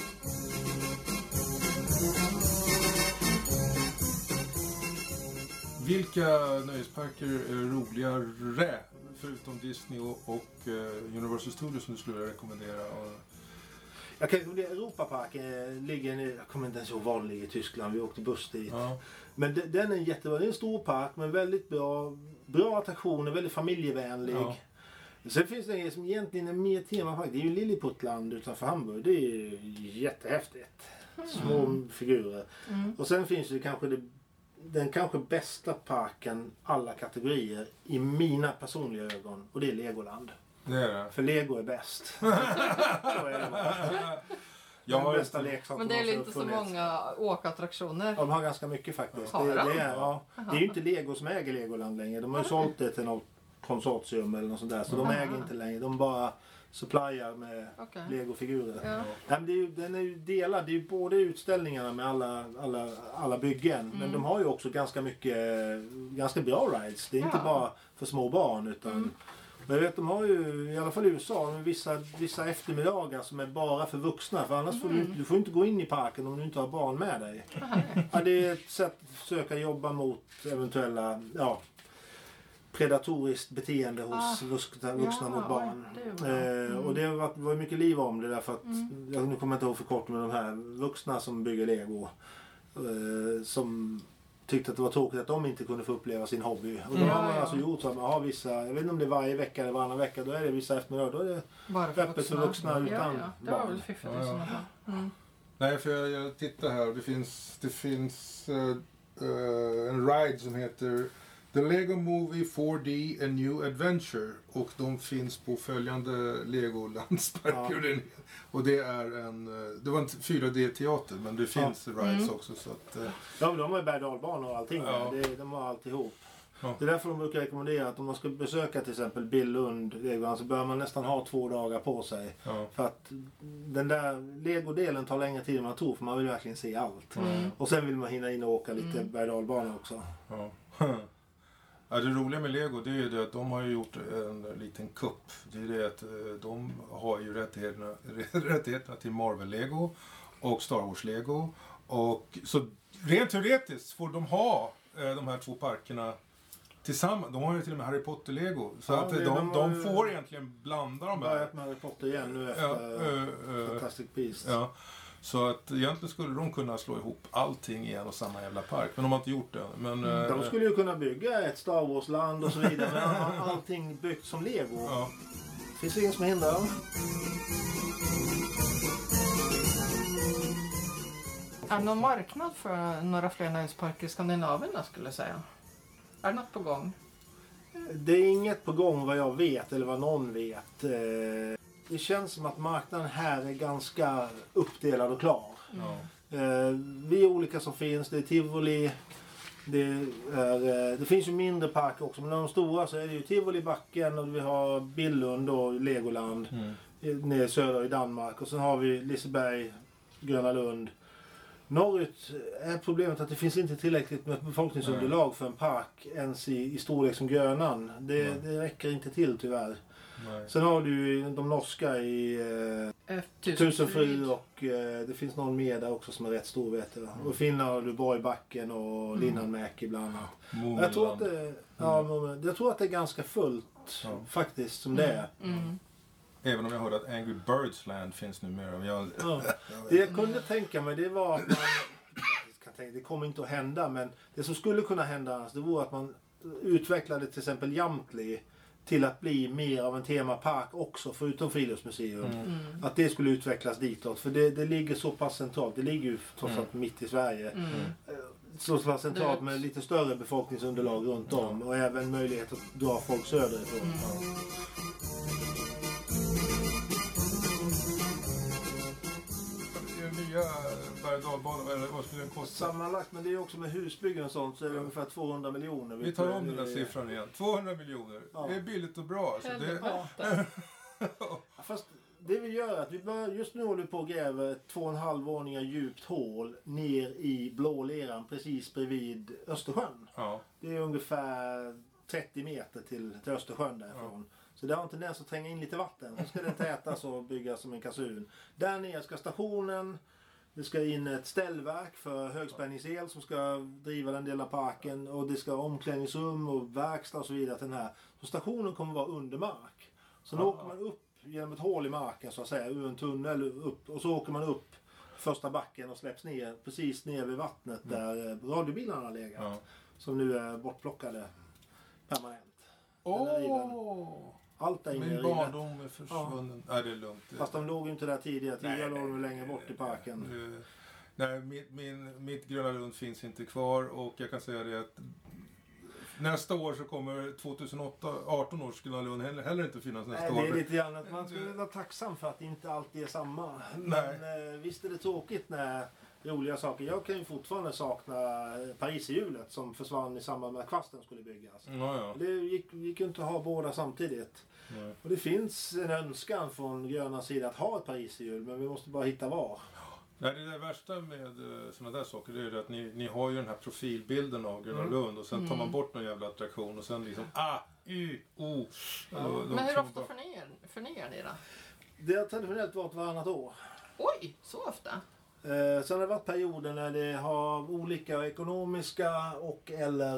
B: Vilka nöjesparker är roligare förutom Disney och Universal Studios som du skulle rekommendera?
C: Jag kan rekommendera Europaparken. Jag kommer inte ens ihåg var den ligger i Tyskland. Vi åkte buss dit. Men den är jättebra. Det är en stor park men väldigt bra attraktioner. Väldigt familjevänlig. Sen finns det en som egentligen är mer temapark. Det är ju Lilliputland utanför Hamburg. Det är jättehäftigt. Små figurer. Och sen finns det kanske den kanske bästa parken alla kategorier i mina personliga ögon. Och det är Legoland.
B: Det är det.
C: För Lego är bäst. Så är det. Bästa leksaker.
A: Men det är inte så många åkattraktioner.
C: De har ganska mycket faktiskt. Det är ju inte Lego som äger Legoland längre. De har ju sålt det till något konsortium eller något sånt där. Så de äger inte längre. De bara supplyar med Lego-figurer. Men den är ju delad. Det är ju både utställningarna med alla byggen. Men de har ju också ganska bra rides. Det är inte bara för små barn utan jag vet de har ju i alla fall i USA vissa eftermiddagar som är bara för vuxna. För annars får du får inte gå in i parken om du inte har barn med dig. Det är ett sätt att försöka jobba mot eventuella predatoriskt beteende hos vuxna mot barn. Och det var mycket liv om det därför att nu kommer jag inte ihåg för kort med de här vuxna som bygger Lego som tyckte att det var tråkigt att de inte kunde få uppleva sin hobby. Och då har man alltså gjort så att man har vissa, jag vet inte om det är varje vecka eller varannan vecka, då är det vissa eftermiddagar, då är det bara öppet för vuxna utan
A: det var väl fiffigt i sådana fall.
B: Nej, för jag tittar här och det finns en ride som heter The Lego Movie 4D A New Adventure och de finns på följande Legolandsparker och det var en 4D-teater men det finns rides också så att
C: de har ju berg-dalbanor och allting de har alltihop. Det är därför de brukar rekommendera att om man ska besöka till exempel Billund Legoland så bör man nästan ha 2 dagar på sig. För att den där Lego-delen tar längre tid än man tror för man vill verkligen se allt. Och sen vill man hinna in och åka lite berg-dalbanor också.
B: Ja, det roliga med Lego det är ju det att de har ju gjort en liten kupp. Det är det att de har ju rättigheterna till Marvel Lego och Star Wars Lego. Och så rent teoretiskt får de ha de här 2 parkerna tillsammans. De har ju till och med Harry Potter Lego. Så att de får egentligen blanda de här.
C: Börjat med Harry Potter igen nu efter Fantastic Beasts.
B: Ja. Så att egentligen skulle de kunna slå ihop allting i en och samma jävla park. Men de har inte gjort det. Men,
C: de skulle ju kunna bygga ett Star Wars-land och så vidare. Men allting byggt som Lego.
B: Ja.
C: Finns det ingen som hindrar.
A: Är det någon marknad för några fler nöjesparker i Skandinavien skulle jag säga? Är det något på gång?
C: Det är inget på gång vad jag vet eller vad någon vet. Det känns som att marknaden här är ganska uppdelad och klar. Vi är olika som finns. Det är Tivoli, Det finns ju mindre parker också, men de stora så är det ju Tivolibacken och vi har Billund och Legoland nere söder i Danmark. Och sen har vi Liseberg, Gröna Lund. Norrut är problemet att det finns inte tillräckligt med befolkningsunderlag för en park ens i storlek som Grönan. Det räcker inte till tyvärr. Nej. Sen har du de norska i Tusenfryd och det finns någon mer där också som är rätt stor vet jag. Och Finland har du Borgbacken och Linnanmäki bland annat. Jag tror att det är ganska fullt faktiskt som det är.
B: Även om jag hörde att Angry Birds Land finns numera.
C: Det jag kunde tänka mig det var att det kommer inte att hända men det som skulle kunna hända det vore att man utvecklade till exempel Jamtli till att bli mer av en temapark också förutom friluftsmuseum. Att det skulle utvecklas ditåt för det ligger så pass centralt. Det ligger ju trots allt mitt i Sverige. Så pass centralt med lite större befolkningsunderlag runt om och även möjlighet att dra folk söderifrån.
B: Nya berg- och dalbanor, eller vad skulle den kosta?
C: Sammanlagt, men det är också med husbyggen och sånt så är det ungefär 200 miljoner.
B: Vi tar om den där siffran igen. 200 miljoner. Ja. Det är billigt och bra. Så
C: Fast det vi gör är att just nu håller vi på och gräver 2,5 våningar djupt hål ner i blåleran precis bredvid Östersjön. Ja. Det är ungefär 30 meter till Östersjön därifrån. Ja. Så det har en tendens att tränga in lite vatten. Så ska det tätas och byggas som en kasun. Där nere ska stationen. Det ska in ett ställverk för högspänningsel som ska driva den delen av parken. Och det ska omklädningsrum och verkstad och så vidare till den här. Så stationen kommer vara under mark. Så då åker man upp genom ett hål i marken så att säga. Ur en tunnel upp. Och så åker man upp första backen och släpps ner. Precis ner vid vattnet där radiobilarna har legat. Ja. Som nu är bortplockade permanent. Allt är inne i
B: min barndom är försvunnen. Ja. Nej, det är lugnt.
C: Fast de låg ju inte där tidigare. Tidigare låg de längre bort i parken.
B: Nej, mitt Gröna Lund finns inte kvar. Och jag kan säga det att nästa år så kommer 2018 års Gröna Lund heller inte finnas nästa år.
C: Det är lite grann att man skulle vara tacksam för att inte alltid är samma. Men visst är det tråkigt när roliga saker. Jag kan ju fortfarande sakna Pariserhjulet som försvann i samband med att kvasten skulle byggas. Ja. Det gick ju inte att ha båda samtidigt. Ja. Och det finns en önskan från Grönas sida att ha ett Pariserhjul men vi måste bara hitta var.
B: Nej, det värsta med sådana där saker är att ni har ju den här profilbilden av Gröna Lund och sen tar man bort någon jävla attraktion och sen liksom
A: Men hur ofta förnyar ni då?
C: Det har traditionellt varit varannat år.
A: Oj, så ofta?
C: Sen har det varit perioder när det har olika ekonomiska och eller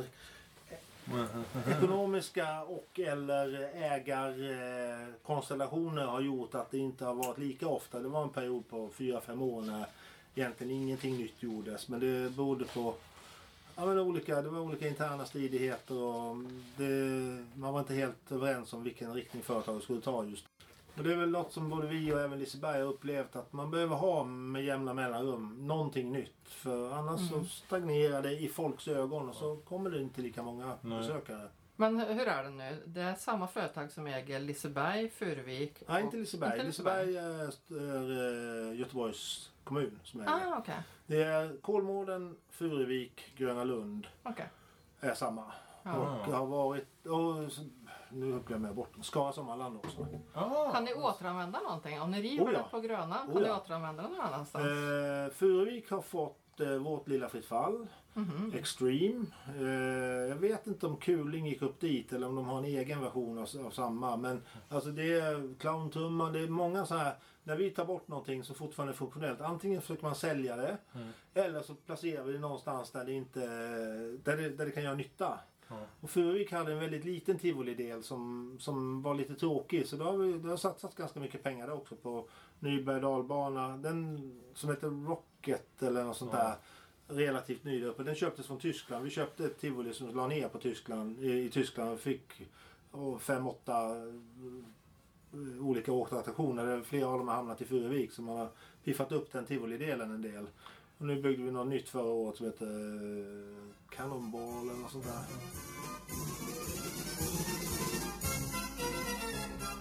C: ägarkonstellationer har gjort att det inte har varit lika ofta. Det var en period på 4-5 år när egentligen ingenting nytt gjordes. Men det berodde på det var olika interna stridigheter och man var inte helt överens om vilken riktning företaget skulle ta just. Och det är väl något som både vi och även Liseberg har upplevt att man behöver ha med jämna mellanrum någonting nytt. För annars så stagnerar det i folks ögon och så kommer det inte lika många besökare.
A: Men hur är det nu? Det är samma företag som äger Liseberg, Furuvik?
C: Nej, inte Liseberg. Liseberg är Göteborgs kommun som äger.
A: Okay.
C: Det är Kolmården, Furuvik, Gröna Lund. Är samma. Och har varit... nu glömmer jag bort Skara Sommarland också.
A: Kan ni återanvända någonting? Om ni river det på Gröna, kan ni återanvända det någon annanstans?
C: Furuvik har fått vårt lilla fritt fall. Extreme. Jag vet inte om Kuling gick upp dit eller om de har en egen version av samma. Men alltså det är clowntrumman, det är många så här. När vi tar bort någonting som fortfarande är funktionellt. Antingen försöker man sälja det. Eller så placerar vi det någonstans där det inte där det kan göra nytta. Och Furuvik hade en väldigt liten Tivoli-del som var lite tråkig. Så det har satsat ganska mycket pengar där också på Nyberg dalbana. Den som heter Rocket eller något sånt där. Relativt ny där uppe. Den köptes från Tyskland. Vi köpte ett Tivoli som la ner på i Tyskland och fick 5-8 olika åkerattraktioner. Flera av dem har hamnat i Furuvik så man har piffat upp den Tivoli-delen en del. Och nu byggde vi något nytt förra året som heter Cannonball eller något sånt där.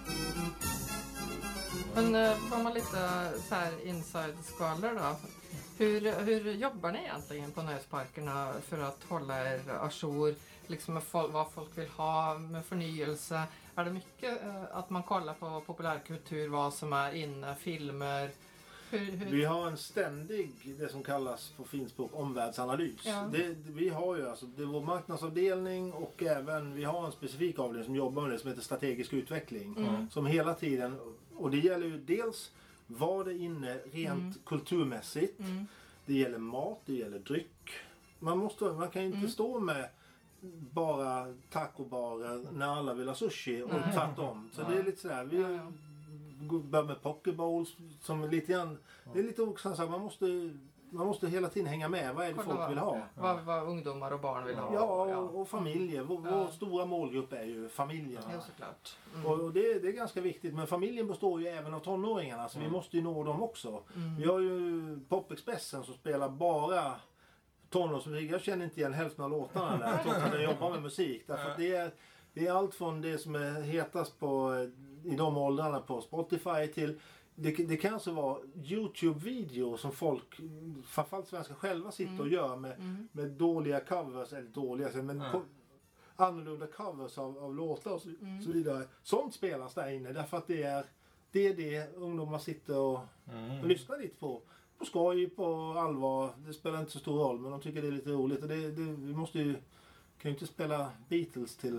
A: Men får man lite så här inside-skvaller då? Hur jobbar ni egentligen på nöjesparkerna för att hålla er ajour liksom med vad folk vill ha med förnyelse? Är det mycket att man kollar på populärkultur, vad som är inne, filmer?
C: Vi har en ständig, det som kallas på finspråk, omvärldsanalys.
A: Ja.
C: Vi har ju alltså, det är vår marknadsavdelning och även vi har en specifik avdelning som jobbar med det som heter strategisk utveckling. Som hela tiden, och det gäller ju dels vad det är inne rent kulturmässigt. Det gäller mat, det gäller dryck. Man kan ju inte stå med bara tacobarer när alla vill ha sushi och tvärtom. Så det är lite sådär, vi börjar med pokeballs som är lite grann, det är lite också så här, man måste hela tiden hänga med. Vad är det folk vill ha?
A: Vad ungdomar och barn vill ha.
C: Ja, och familjer. Vår stora målgrupp är ju familjerna.
A: Ja, såklart.
C: Och det är ganska viktigt. Men familjen består ju även av tonåringarna. Så vi måste ju nå dem också. Vi har ju Popexpressen som spelar bara tonårsmusik. Jag känner inte igen hälften av låtarna där. Trots att jag jobbar med musik. Därför att det är allt från det som är hetast i de åldrarna på Spotify till det kan alltså vara YouTube-videor som folk, framförallt svenskar själva, sitter och gör med dåliga covers, eller dåliga, men annorlunda covers av låtar och så vidare. Sånt spelas där inne därför att det är det ungdomar sitter och lyssnar lite på. På skoj, på allvar. Det spelar inte så stor roll, men de tycker det är lite roligt. Och vi måste ju... Kan ju inte spela Beatles till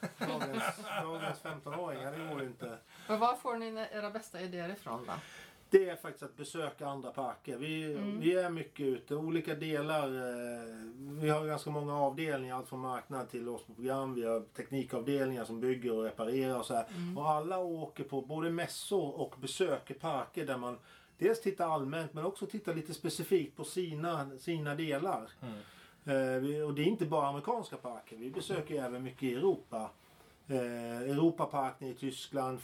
C: dagens 15-åringar, det går ju inte.
A: Men var får ni era bästa idéer ifrån då?
C: Det är faktiskt att besöka andra parker. Vi är mycket ute, olika delar. Vi har ganska många avdelningar, allt från marknad till oss på program. Vi har teknikavdelningar som bygger och reparerar och så här. Och alla åker på både mässor och besöker parker där man dels tittar allmänt men också tittar lite specifikt på sina delar. Och det är inte bara amerikanska parker. Vi besöker även mycket i Europa. Europaparken i Tyskland,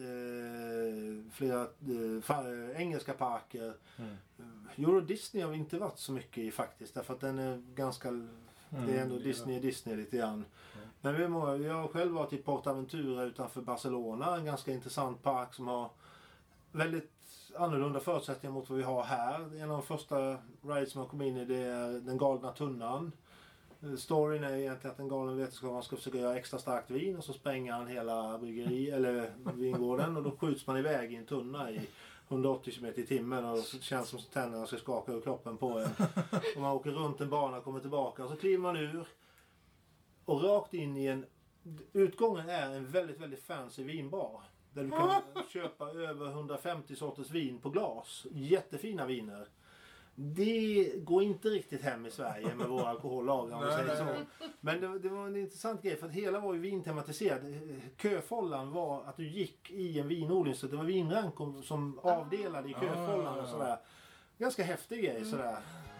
C: flera engelska parker. Euro Disney har vi inte varit så mycket i faktiskt. Därför att den är ganska... det är ändå Disney lite grann. Men jag har själv varit i PortAventura utanför Barcelona. En ganska intressant park som har väldigt annorlunda förutsättningar mot vad vi har här. En av de första rides som har kommit in i det är den galna tunnan. Storyn är egentligen att en galen vetenskapare ska försöka göra extra starkt vin och så spränger han hela bryggeri eller vingården och då skjuts man iväg i en tunna i 180 km i timmen och det känns som tänderna ska skaka ur kroppen på en. Och man åker runt en bana och kommer tillbaka och så kliver man ur och rakt in i utgången är en väldigt, väldigt fancy vinbar. Där du kan köpa över 150 sorters vin på glas. Jättefina viner. Det går inte riktigt hem i Sverige med våra alkohollagar om vi säger så. Men det var en intressant grej för att hela var ju vintematiserad. Köfållan var att du gick i en vinodling så det var vinrank som avdelade i köfållan och sådär. Ganska häftig grej sådär.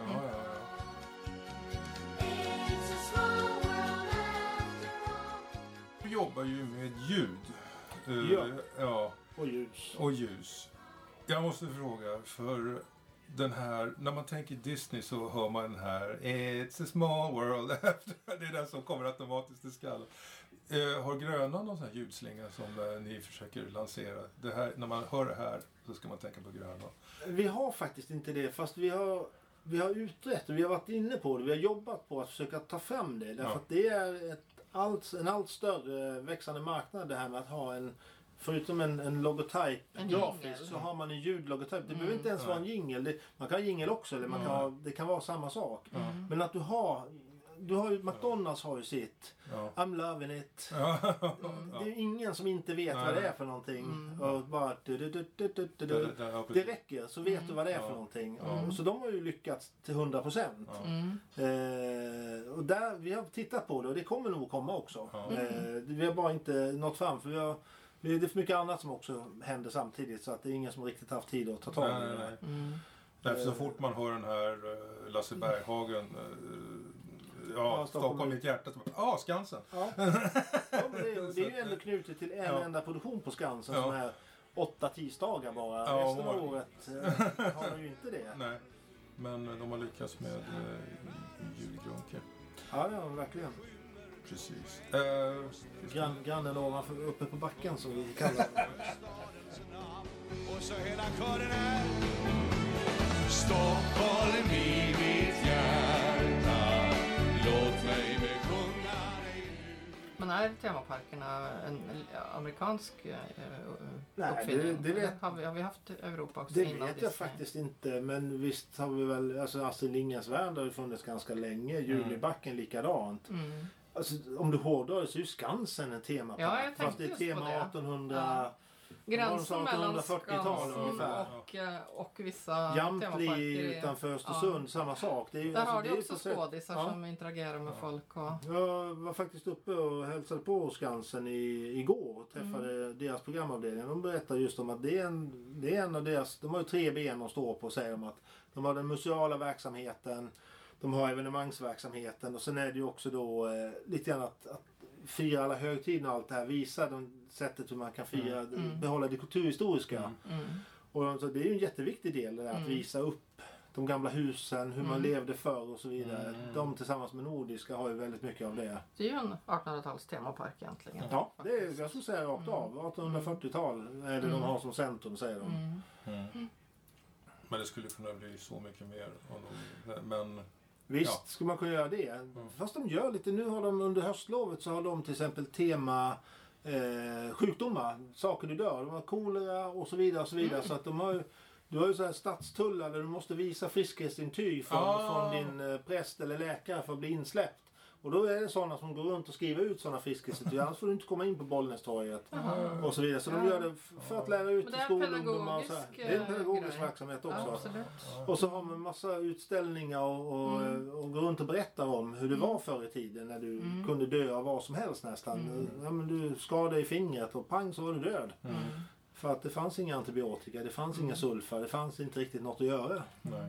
B: Du jobbar ju med ljud.
C: Ja. Och ljus.
B: Jag måste fråga, för den här, när man tänker Disney så hör man den här It's a small world after. Det är den som kommer automatiskt i skallen. Har Grönan någon sån här ljudslinga som ni försöker lansera? Det här, när man hör det här så ska man tänka på Grönan.
C: Vi har faktiskt inte det, fast vi har utrett och vi har varit inne på det. Vi har jobbat på att försöka ta fram det. Därför att det är en allt större växande marknad det här med att ha förutom en logotyp grafisk så har man en ljudlogotyp. Det behöver inte ens vara en jingle. Man kan ha jingle också eller det kan vara samma sak. Men att du har ju McDonalds har ju sitt I'm loving it. Det är ingen som inte vet vad det är för någonting. Och bara det räcker så vet du vad det är för någonting. Så de har ju lyckats till 100%. Och där vi har tittat på det och det kommer nog komma också. Vi har bara inte nått fram för det är för mycket annat som också händer samtidigt så att det är ingen som riktigt haft tid att ta tag i det.
B: Därför så fort man hör den här Lasse Berghagen Stockholm i mitt hjärta Skansen.
C: Men det är ju ändå knutet till en enda produktion på Skansen som är 8 tisdagar bara. Resten av året har de ju inte det.
B: Nej, men de har lyckats med julgrunker.
C: Ja, verkligen.
B: Precis.
C: Grannen ovanför uppe på backen som vi kallar det.
E: Och så hela kören här
D: Stockholm i mitt hjärta, låt mig besjunga dig nu.
A: Men är temaparkerna en amerikansk
C: Nej,
A: uppfinning?
C: det vet,
A: Har vi haft Europa också
C: det
A: innan
C: vet jag faktiskt inte. Men visst har vi väl, alltså Astrid Lindgrens Värld har ju funnits ganska länge. Junibacken likadant.
A: Mm.
C: Alltså, om du hårdrar så är ju Skansen en temapark.
A: Ja, jag tänkte
C: fast det är
A: just
C: tema
A: på det.
C: 1800...
A: Gränsen mellan
C: 1840-talet
A: Skansen
C: ungefär.
A: och vissa
C: Jamtli
A: temaparker.
C: utanför Östersund, samma sak. Det är ju,
A: Där har
C: det
A: du
C: är
A: också
C: på sätt-
A: skådisar som interagerar med folk. Och...
C: Jag var faktiskt uppe och hälsade på Skansen igår och träffade deras programavdelning. De berättade just om att det är en av deras... De har ju 3 ben att stå på, säger de. Att de har den museala verksamheten, de har evenemangsverksamheten och sen är det ju också då lite grann att fira alla högtider och allt det här. Visa sättet hur man kan fira, behålla det kulturhistoriska. Och så det är ju en jätteviktig del det där, att visa upp de gamla husen, hur man levde förr och så vidare. De tillsammans med Nordiska har ju väldigt mycket av det.
A: Det är ju en 1800-tals temapark egentligen.
C: Ja, det är, jag skulle säga rakt av. 1840-tal är det de har som centrum, säger de.
B: Men det skulle kunna bli så mycket mer. Men
C: Visst skulle man kunna göra det. Fast de gör lite. Nu har de under höstlovet så har de till exempel tema sjukdomar. Saker du dör. De har kolera och så vidare. Och så vidare. Så att de har ju, du har ju så här stadstullar där du måste visa friskhetsintyg från din präst eller läkare för att bli insläppt. Och då är det sådana som går runt och skriver ut sådana friskhetsintyg. Annars får du inte komma in på Bollnästorget. Och så vidare. Så de gör det för att lära ut till skolungdomar. Det är en pedagogisk verksamhet också.
A: Ja, absolut.
C: Och så har man en massa utställningar och går runt och berättar om hur det var förr i tiden när du kunde dö av vad som helst nästan. Ja, men du skadade i fingret och pang så var du död. För att det fanns inga antibiotika, det fanns inga sulfa, det fanns inte riktigt något att göra.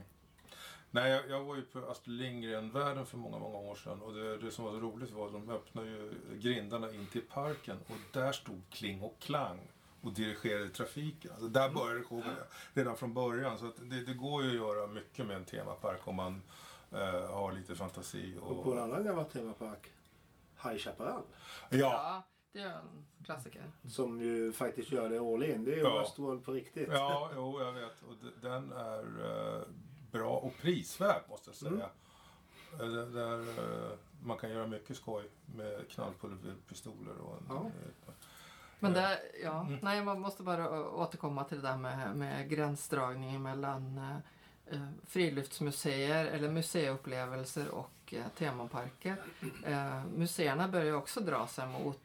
B: Nej, jag var ju på Astrid Lindgren-världen för många år sedan och det som var så roligt var att de öppnade ju grindarna in till parken och där stod Kling och Klang och dirigerade trafiken. Alltså där började det redan från början, så att det går ju att göra mycket med en temapark om man har lite fantasi.
C: Och på en annan gammal temapark, High Chaparral.
A: Ja, det är en klassiker.
C: Som ju faktiskt gör det all in. Det är ju Westworld på riktigt.
B: Ja, jo, jag vet. Och den är bra och prisvärd måste jag säga. Där man kan göra mycket skoj med knallpulverpistoler och
A: men det, nej, man måste bara återkomma till det där med gränsdragningen mellan friluftsmuseer eller museiupplevelser och temaparker. Museerna börjar också dra sig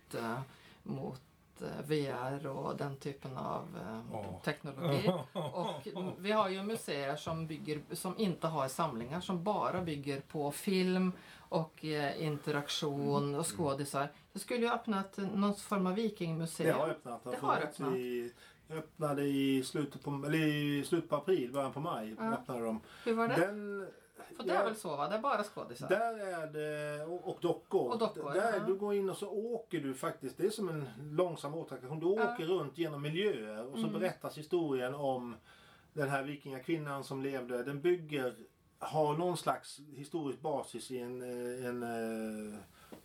A: mot VR och den typen av teknologi. Och vi har ju museer som inte har samlingar, som bara bygger på film och interaktion och skådisar. Det skulle ju öppnat någon form av vikingmuseum.
C: Det har öppnat. Det öppnade i slutet på april, början på maj. Öppnade de.
A: Hur var det? För det är väl så, va? Det är bara skådisar.
C: Där är det, och dockor. Där du går in och så åker du faktiskt, det är som en långsam återkation. Du åker runt genom miljöer och så berättas historien om den här vikingakvinnan som levde. Den har någon slags historisk basis i en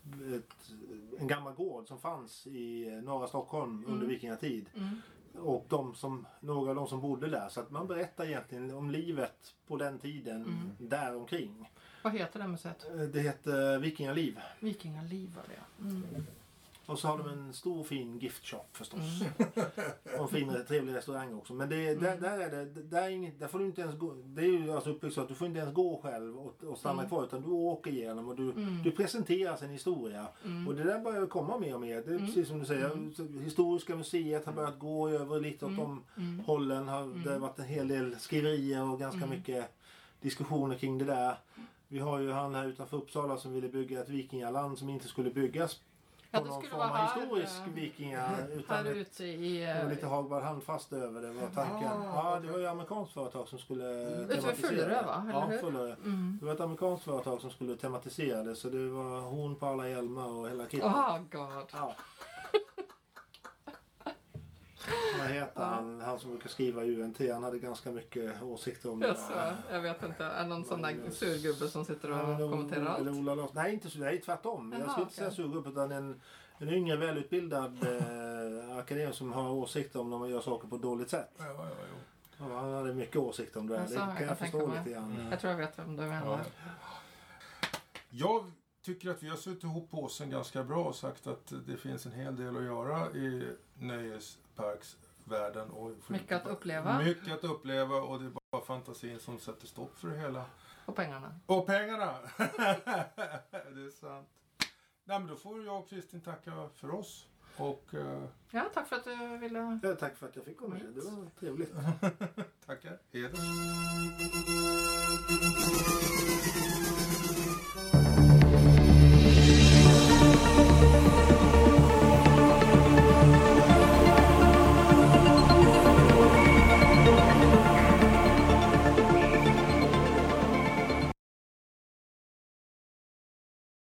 C: gammal gård som fanns i norra Stockholm under vikingatid. Och några av de som bodde där. Så att man berättar egentligen om livet på den tiden där omkring.
A: Vad heter det museet?
C: Det heter Vikingaliv.
A: Vikingaliv var det.
C: Och så har de en stor fin gift shop förstås. Och en fin trevlig restaurang också. Men där får du inte ens gå. Det är ju alltså uppbyggt så att du får inte ens gå själv och stanna kvar, utan du åker igenom och du presenterar en historia. Och det där börjar komma mer och mer. Det är precis som du säger. Historiska museet har börjat gå över lite åt de hållen. Det har varit en hel del skriverier och ganska mycket diskussioner kring det där. Vi har ju han här utanför Uppsala som ville bygga ett vikingaland som inte skulle byggas på någon form av historisk vikinga, utan
A: här ute
C: det var lite Hagvard handfast över det, var tanken. Ja, det var ju ett amerikanskt företag som skulle tematisera det.
A: Va?
C: Eller hur? Det var ett amerikanskt företag som skulle tematisera det, så det var hon på alla hjälmar och hela kittet.
A: God.
C: Ja. Vad heter han som brukar skriva i UNT? Han hade ganska mycket åsikter om det.
A: Jag vet inte. Är det någon sån där surgubbe som sitter och kommenterar allt?
C: Eller Ola Larsson. Nej, inte så. Nej, tvärtom. Jag skulle inte säga surgubbe, utan en yngre välutbildad akademiker som har åsikter om när man gör saker på ett dåligt sätt. Ja, han hade mycket åsikt om det. Det kan jag förstå lite grann.
A: Jag tror jag vet vem du menar.
B: Jag tycker att vi har suttit ihop påsen ganska bra och sagt att det finns en hel del att göra i nöjesparksvärlden. Och
A: mycket att uppleva.
B: Mycket att uppleva och det är bara fantasin som sätter stopp för det hela.
A: Och pengarna.
B: Och pengarna! Det är sant. Nej, men då får jag och Kristin tacka för oss. Och,
A: ja, tack för att du ville...
C: Ja, tack för att jag fick komma med. Det var trevligt.
B: Tackar. Hej då.